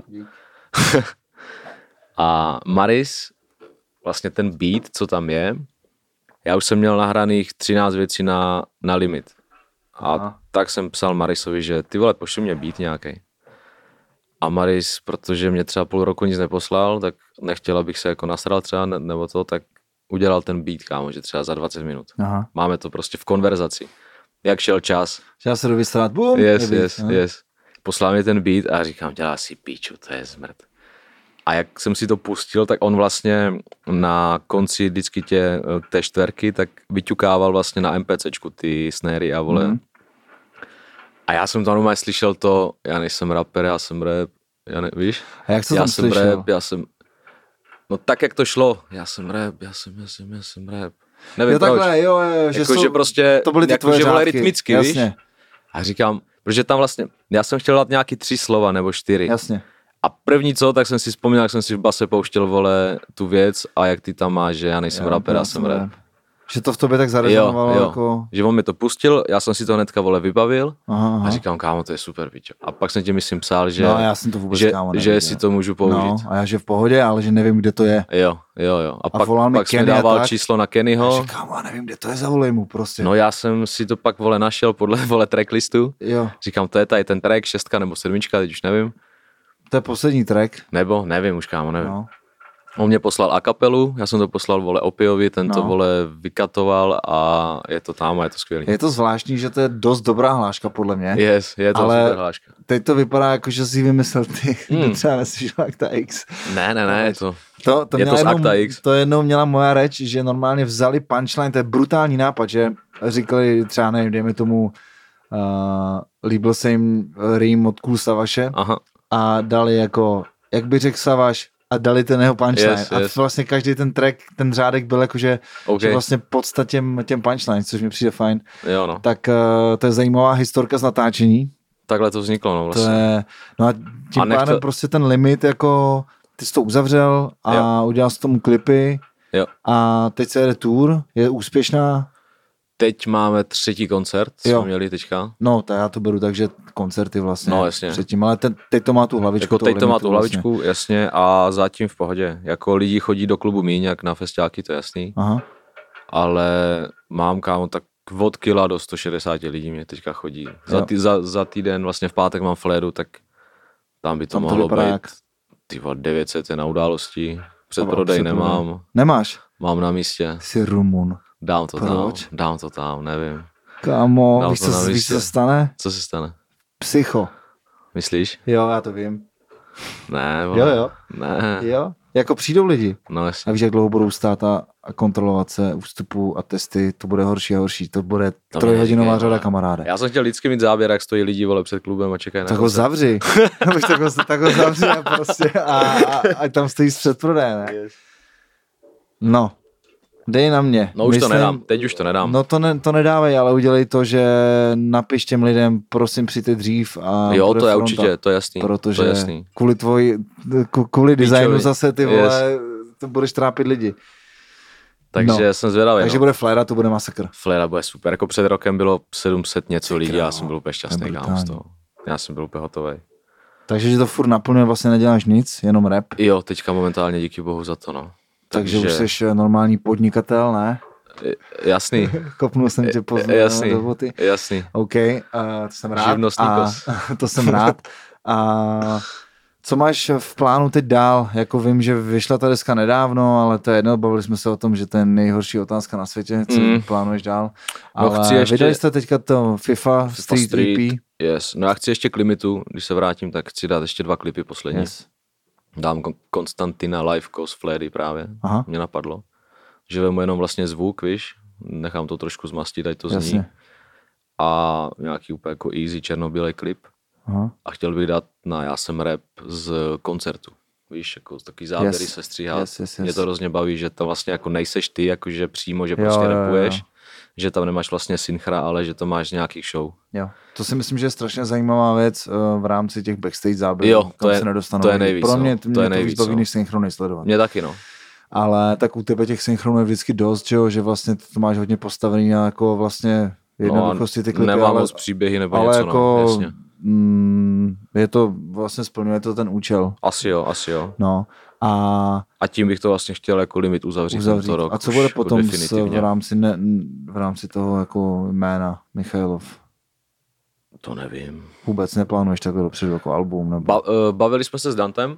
A Maris, vlastně ten beat, co tam je, já už jsem měl nahraných třináct věcí na, na limit. A Aha. tak jsem psal Marisovi, že ty vole, pošli mě beat nějaký. A Maris, protože mě třeba půl roku nic neposlal, tak nechtěl, abych se jako nasral třeba nebo to, tak udělal ten beat, kámo, že třeba za dvacet minut. Aha. Máme to prostě v konverzaci. Jak šel čas. Já se jdu vystrat, bum, Yes, je beat, yes, ne? yes. Poslal mi ten beat a říkám, dělá si píču, to je zmrt. A jak jsem si to pustil, tak on vlastně na konci vždycky tě, té čtverky, tak vyťukával vlastně na MPCčku ty snéry a vole. Mm. A já jsem tam normálně slyšel to, já nejsem rapper, já jsem rap, já ne, víš? A jak jsi to já tam jsem slyšel? rap, já jsem, no tak jak to šlo, já jsem rap, já jsem, já jsem, já jsem rap. Nevím Jo, proč. takhle, jo, jo, že, jako, jsou, že prostě, to byly ty jako, tvoje že vole řádky. rytmicky, Jasně. víš? A říkám, protože tam vlastně, já jsem chtěl dát nějaký tři slova nebo čtyři. Jasně. A první co, tak jsem si vzpomněl, jak jsem si v base pouštěl, vole, tu věc a jak ty tam máš, že já nejsem Jo, rapper, já já jsem jsem rap. rap. Že to v tobě tak zarezonovalo Jo, jo. jako... Že on mi to pustil, já jsem si to hnedka, vole, vybavil Aha, aha. a říkám, kámo, to je super, pičo. A pak jsem ti myslím psal, že, No, já jsem to vůbec, že, kámo, že neviděl. si to můžu použít. No, a já že v pohodě, ale že nevím, kde to je. Jo, jo, jo. A, A pak, volal mi pak jsi mi Kenny a dával tak. číslo na Já Kennyho. že, kámo, já nevím, kde to je, zavolej mu prostě. No já jsem si to pak, vole, našel podle, vole, tracklistu. Jo, Říkám, to je tady ten track, šestka nebo sedmička, teď už nevím. to je poslední track. Nebo, nevím už, kámo, nevím. No. On mě poslal a kapelu, já jsem to poslal, vole, Opiovi, ten to, No. vole, vykatoval a je to tam a je to skvělý. Je to zvláštní, že to je dost dobrá hláška, podle mě. Yes, je to Ale- super hláška. Teď to vypadá jako, že si vymyslel ty, Hmm. hmm. třeba neslyšel Akta X. Ne, ne, ne, je to, To, to, Je měla to z jednou, Akta X. to jednou měla moja řeč, že normálně vzali punchline, to je brutální nápad, že říkali třeba, nevím, dejme tomu, uh, líbil se jim rým od Cool Savaše aha, a dali jako, jak by řekl Savaš, a dali ten jeho punchline. Yes, a yes. vlastně každý ten track, ten řádek byl jakože OK, že vlastně podstatě těm, těm punchline, což mi přijde fajn. jo no, Tak uh, to je zajímavá historka z natáčení. takhle to vzniklo, no To vlastně. je, no a tím A nech pádem to- prostě ten limit, jako ty jsi to uzavřel a Jo. udělal jsi tomu klipy Jo. a teď se jede tour, je úspěšná, Teď máme třetí koncert, Jo. jsme měli teďka. no tak já to beru tak, že koncerty vlastně No, jasně. předtím, ale ten, teď to má tu hlavičku. Jako toho teď to má limitu tu hlavičku, vlastně. Jasně, a zatím v pohodě. Jako lidi chodí do klubu míň, jak na festiáky, to je jasný. Aha, Ale mám, kámo, tak od kila do sto šedesát lidí mě teďka chodí. Za, Jo. tý, za, za týden, vlastně v pátek mám fléru, tak tam by to Tam to mohlo vypadá být. jak- Ty vole, devět set je na události. Předprodej Předprodej. nemám, nemáš? mám na místě. Jsi Rumun. Dám to Proč? tam, dám to tam, nevím. Kámo, Dám víš, to na co, víš, místě. co se stane? Co se stane? Psycho. Myslíš? Jo, já to vím. Ne, vole. Jo, jo. Ne, Jo, jako přijdou lidi. no A jasně. víš, jak dlouho budou stát a, a kontrolovat se u vstupu a testy, to bude horší a horší, to bude To trojhodinová mě neříkej, řada, vole. kamaráde. Já jsem chtěl vždycky mít záběr, jak stojí lidi, vole, před klubem a čekají na Tak ho koncert. zavři. tak, ho, tak ho zavři a prostě a, a, a tam stojí z předprodeje, ne? No, dej na mě. No už Myslím, to nedám, teď už to nedám. No to, ne, to nedávej, ale udělej to, že napiš těm lidem, prosím přijďte dřív a jo, bude to je fronta, určitě, to je jasný. protože to je jasný. kvůli tvoji, ku- kvůli designu Píčovi. zase ty vole, to budeš trápit lidi. Takže no. jsem zvědavý. Takže no. bude fléra, to bude masakr. Flera bude super. Jako před rokem bylo sedm set něco Ty lidí, krávo, já jsem byl úplně šťastný, to je kámo, z brutální. toho. Já jsem byl úplně hotový. Takže že to furt naplňuje, vlastně neděláš nic, jenom rap. Jo, teďka momentálně díky bohu za to, no. Takže, takže už jsi normální podnikatel, ne? Jasný, Kopnul jsem tě pozdě jasný, do boty. jasný. OK, uh, to jsem rád. Živnostníkos. A, to jsem rád. A co máš v plánu teď dál? Jako vím, že vyšla ta deska nedávno, ale to je jedno, bavili jsme se o tom, že to je nejhorší otázka na světě, co Mm. plánuješ dál. No, Ale chci ještě- vydali jste teďka to FIFA, FIFA Street, Street. E P. Yes. No já chci ještě k limitu, když se vrátím, tak chci dát ještě dva klipy poslední. Yes. Dám Kon- Konstantina Live Coast Flary právě, Aha, mě napadlo. Že vemu jenom vlastně zvuk, víš, nechám to trošku zmastit, ať to zní. jasně. A nějaký úplně jako easy černobílej klip. Aha. A chtěl bych dát na Já jsem rap z koncertu. Víš, jako takový záběry Yes. se stříhat. Yes, yes, yes. Mě to hrozně baví, že to vlastně jako nejseš ty, jakože přímo, že Jo, prostě jo, jo, rapuješ. jo. Že tam nemáš vlastně synchra, ale že to máš z nějakých show. Jo. To si myslím, že je strašně zajímavá věc uh, v rámci těch backstage záběrů, Jo, kam to je- se nedostanou. to je lidi. nejvíc, Pro no. mě To mě je to nejvíc, víc baví, no. než synchrony sledovat. Mě taky, no. Ale tak u tebe těch synchronů je vždycky dost, že, jo? Že vlastně to máš hodně postavený na jako vlastně jednoduchosti ty klipy, Nemám ale, moc příběhy nebo ale něco, jako no, jasně. mm, je to, vlastně splňuje to ten účel. Asi jo, asi jo. No A, a tím bych to vlastně chtěl jako limit uzavřít. uzavřít. Rok a co bude potom jako s, v, rámci ne, v rámci toho jako jména Michailov? To nevím. Vůbec neplánuješ takhle dopředu jako album? Nebo... Ba, bavili jsme se s Dantem,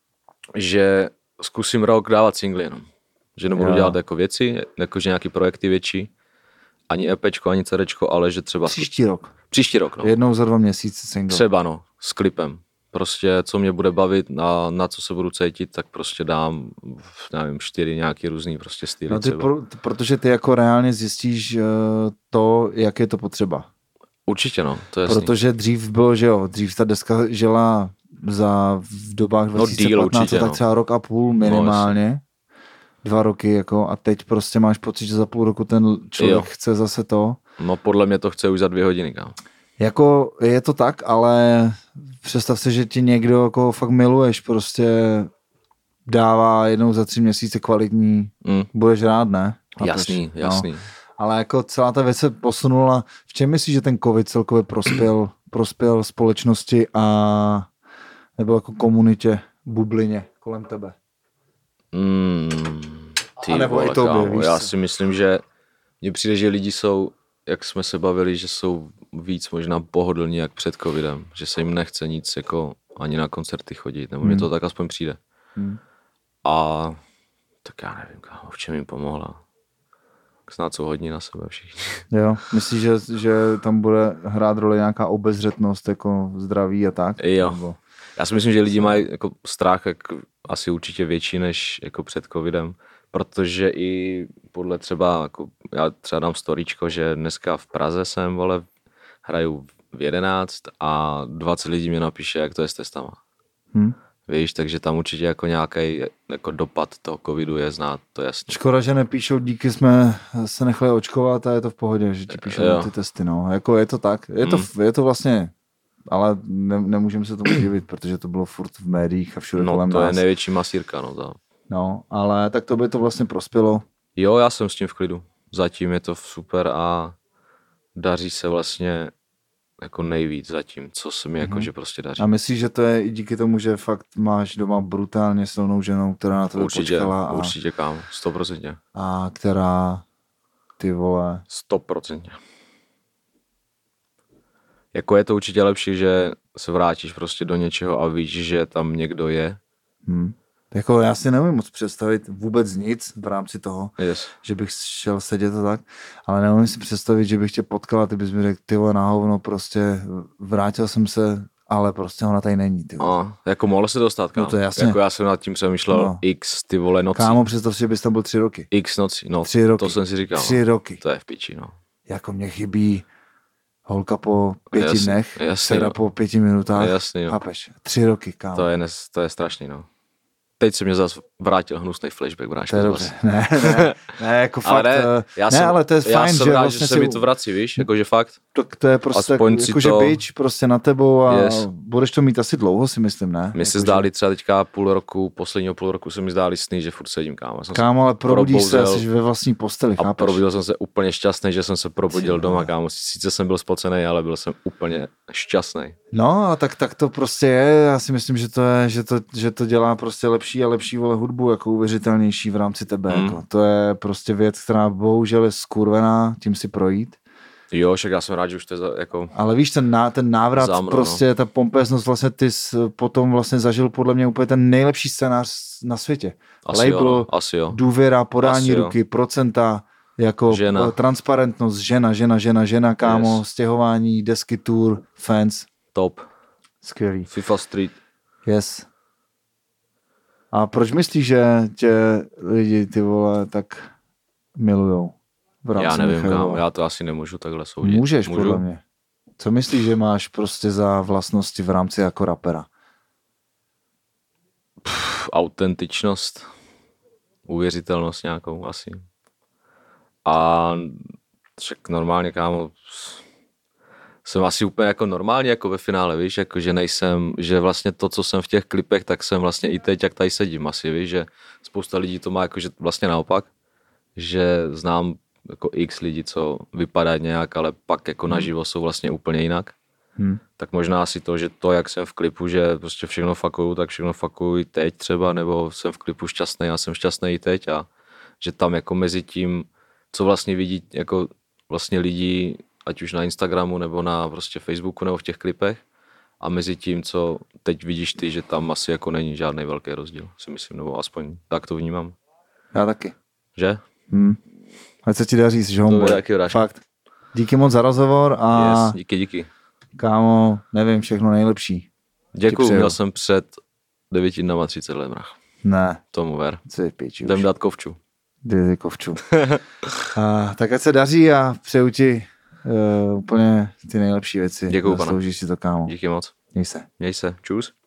že zkusím rok dávat singly jenom. Že nebudu jo. dělat jako věci, jakože nějaký projekty větší. Ani EPčko, ani CDčko, ale že třeba... Příští rok. Příští rok, no. Jednou za dva měsíce single. Třeba, no, s klipem. Prostě, co mě bude bavit, a na co se budu cítit, tak prostě dám, nevím, čtyři nějaký různý prostě styly. No ty pro, protože ty jako reálně zjistíš uh, to, jak je to potřeba. Určitě, no, to je jasný. Protože dřív bylo, že jo, dřív ta deska žila za v dobách dva tisíce patnáct, no, určitě, tak třeba no. rok a půl minimálně. No, dva roky, jako, a teď prostě máš pocit, že za půl roku ten člověk jo. chce zase to. No podle mě to chce už za dvě hodiny, kámo. Jako je to tak, ale představ si, že ti někdo jako fakt miluješ, prostě dává jednou za tři měsíce kvalitní, mm. budeš rád, ne? Jasný, jasný. No. Ale jako celá ta věc se posunula. V čem myslíš, že ten covid celkově prospěl, prospěl společnosti a nebo jako komunitě, bublině kolem tebe? Mm, ty vole, kámo, já si myslím, že mně přijde, že lidi jsou, jak jsme se bavili, že jsou víc možná pohodlní jak před covidem, že se jim nechce nic jako ani na koncerty chodit, nebo hmm. mně to tak aspoň přijde. Hmm. A tak já nevím, kámo, v čem jim pomohla. Snad jsou hodní na sebe všichni. Jo, myslíš, že, že tam bude hrát roli nějaká obezřetnost, jako zdraví a tak? Jo. Nebo... Já si myslím, že lidi mají jako strach jak asi určitě větší než jako před covidem, protože i podle třeba, jako já třeba dám storíčko, že dneska v Praze jsem, vole, hraju v jedenáct a dvacet lidí mi napíše, jak to je s testama. Hmm. Víš, takže tam určitě jako nějaký jako dopad toho covidu je znát, to jasně. Škoda, že nepíšou, díky jsme se nechali očkovat a je to v pohodě, že ti píšou jo. ty testy, no. Jako je to tak, je to, hmm. je to vlastně... Ale ne, nemůžeme se tomu divit, protože to bylo furt v médiích a všude no, kolem nás. No to je největší masírka, no to. No, ale tak to by to vlastně prospělo. Jo, já jsem s tím v klidu. Zatím je to super a daří se vlastně jako nejvíc zatím, co se mi mm-hmm. jako, že prostě daří. A myslíš, že to je i díky tomu, že fakt máš doma brutálně silnou ženu, která na to počkala? A, určitě, kámo, sto procent. A která, ty vole... sto procent. Jako je to určitě lepší, že se vrátíš prostě do něčeho a víš, že tam někdo je. Hmm. Jako já si nevím moc představit vůbec nic v rámci toho, yes. že bych šel sedět a tak, ale nevím si představit, že bych tě potkal a ty bys mi řekl, ty vole, na hovno, prostě vrátil jsem se, ale prostě ona tady není. Ty vole. A, jako mohl se dostat, kámo. No to je jasně. Jako já jsem nad tím přemýšlel no. x ty vole nocí. Kámo, představ si, že bys tam byl tři roky. X nocí, no tři roky. To jsem si říkal. Tři no. roky. To je v piči, no. Jako mě chybí holka po pěti jasný, dnech, jasný, teda no. po pěti minutách. Jasný, no. Chápeš? Tři roky, kámo. To je, nes, to je strašný, no. Teď se mě zase vrátil hnusný flashback, bráško. To je dobře. Ne, ne, ne, jako fakt. Ale ne, já ne jsem, ale to je já fajn, jsem že rád, vlastně že se si... mi to vrací, víš, jakože fakt. To, to je prostě tak, jakože to... bitch prostě na tebou a yes. budeš to mít asi dlouho, si myslím, ne? Mně se zdáli třeba teďka půl roku, posledního půl roku se mi zdáli sny, že furt sedím, kámo. Kámo, ale probudíš se, jsi ve vlastní posteli, a chápeš? probudil jsem se úplně šťastný, že jsem se probudil Cí, doma, kámo. Sice jsem byl spocený, ale byl jsem úplně šťastný. No, a tak, tak to prostě je, já si myslím, že to je, že to, že to dělá prostě lepší a lepší vole hudbu, jako uvěřitelnější v rámci tebe, mm. jako. To je prostě věc, která bohužel je skurvená, tím si projít. Jo, však já jsem rád, že už to je jako... Ale víš, ten, ná, ten návrat, Zámro, prostě no. ta pompeznost, vlastně ty jsi potom vlastně zažil podle mě úplně ten nejlepší scénář na světě. Asi Label, jo, asi jo. důvěra, podání asi ruky, jo. procenta, jako žena. transparentnost, žena, žena, žena, žena, kámo, yes. stěhování, desky, tour, fans. Top. Skvělý. FIFA Street. Yes. A proč myslíš, že tě lidi, ty vole, tak milujou? Já nevím, kam, já to asi nemůžu takhle soudit. Můžeš, Můžu? podle mě. Co myslíš, že máš prostě za vlastnosti v rámci jako rapera? Pff, autentičnost, uvěřitelnost nějakou asi. A však normálně, kámo, jsem asi úplně jako normálně jako ve finále, víš, jako že nejsem, že vlastně to, co jsem v těch klipech, tak jsem vlastně i teď, jak tady sedím asi, víš, že spousta lidí to má jako, že vlastně naopak, že znám jako x lidí, co vypadají nějak, ale pak jako naživo jsou vlastně úplně jinak. hmm. tak možná asi to, že to, jak jsem v klipu, že prostě všechno fakuju, tak všechno fakuju i teď třeba, nebo jsem v klipu šťastný, já jsem šťastný i teď a že tam jako mezi tím, co vlastně vidí jako vlastně lidi, ať už na Instagramu nebo na prostě Facebooku nebo v těch klipech a mezi tím, co teď vidíš ty, že tam asi jako není žádný velký rozdíl, si myslím, nebo aspoň tak to vnímám. Já taky. Že? Hmm. Ať se ti daří, že homeboy. Fakt. Díky moc za rozhovor a yes, díky, díky. Kámo, nevím, všechno nejlepší. Děkuju, měl jsem před devěti dnama třicet let, mrach. Ne. Tomu ver. Co píči, jdem dát kovču. Jde kovču. a, tak ať se daří a přeju ti uh, úplně ty nejlepší věci. Děkuju, pane. Zasloužíš si to, kámo. Díky moc. Měj se. Měj se. Čus.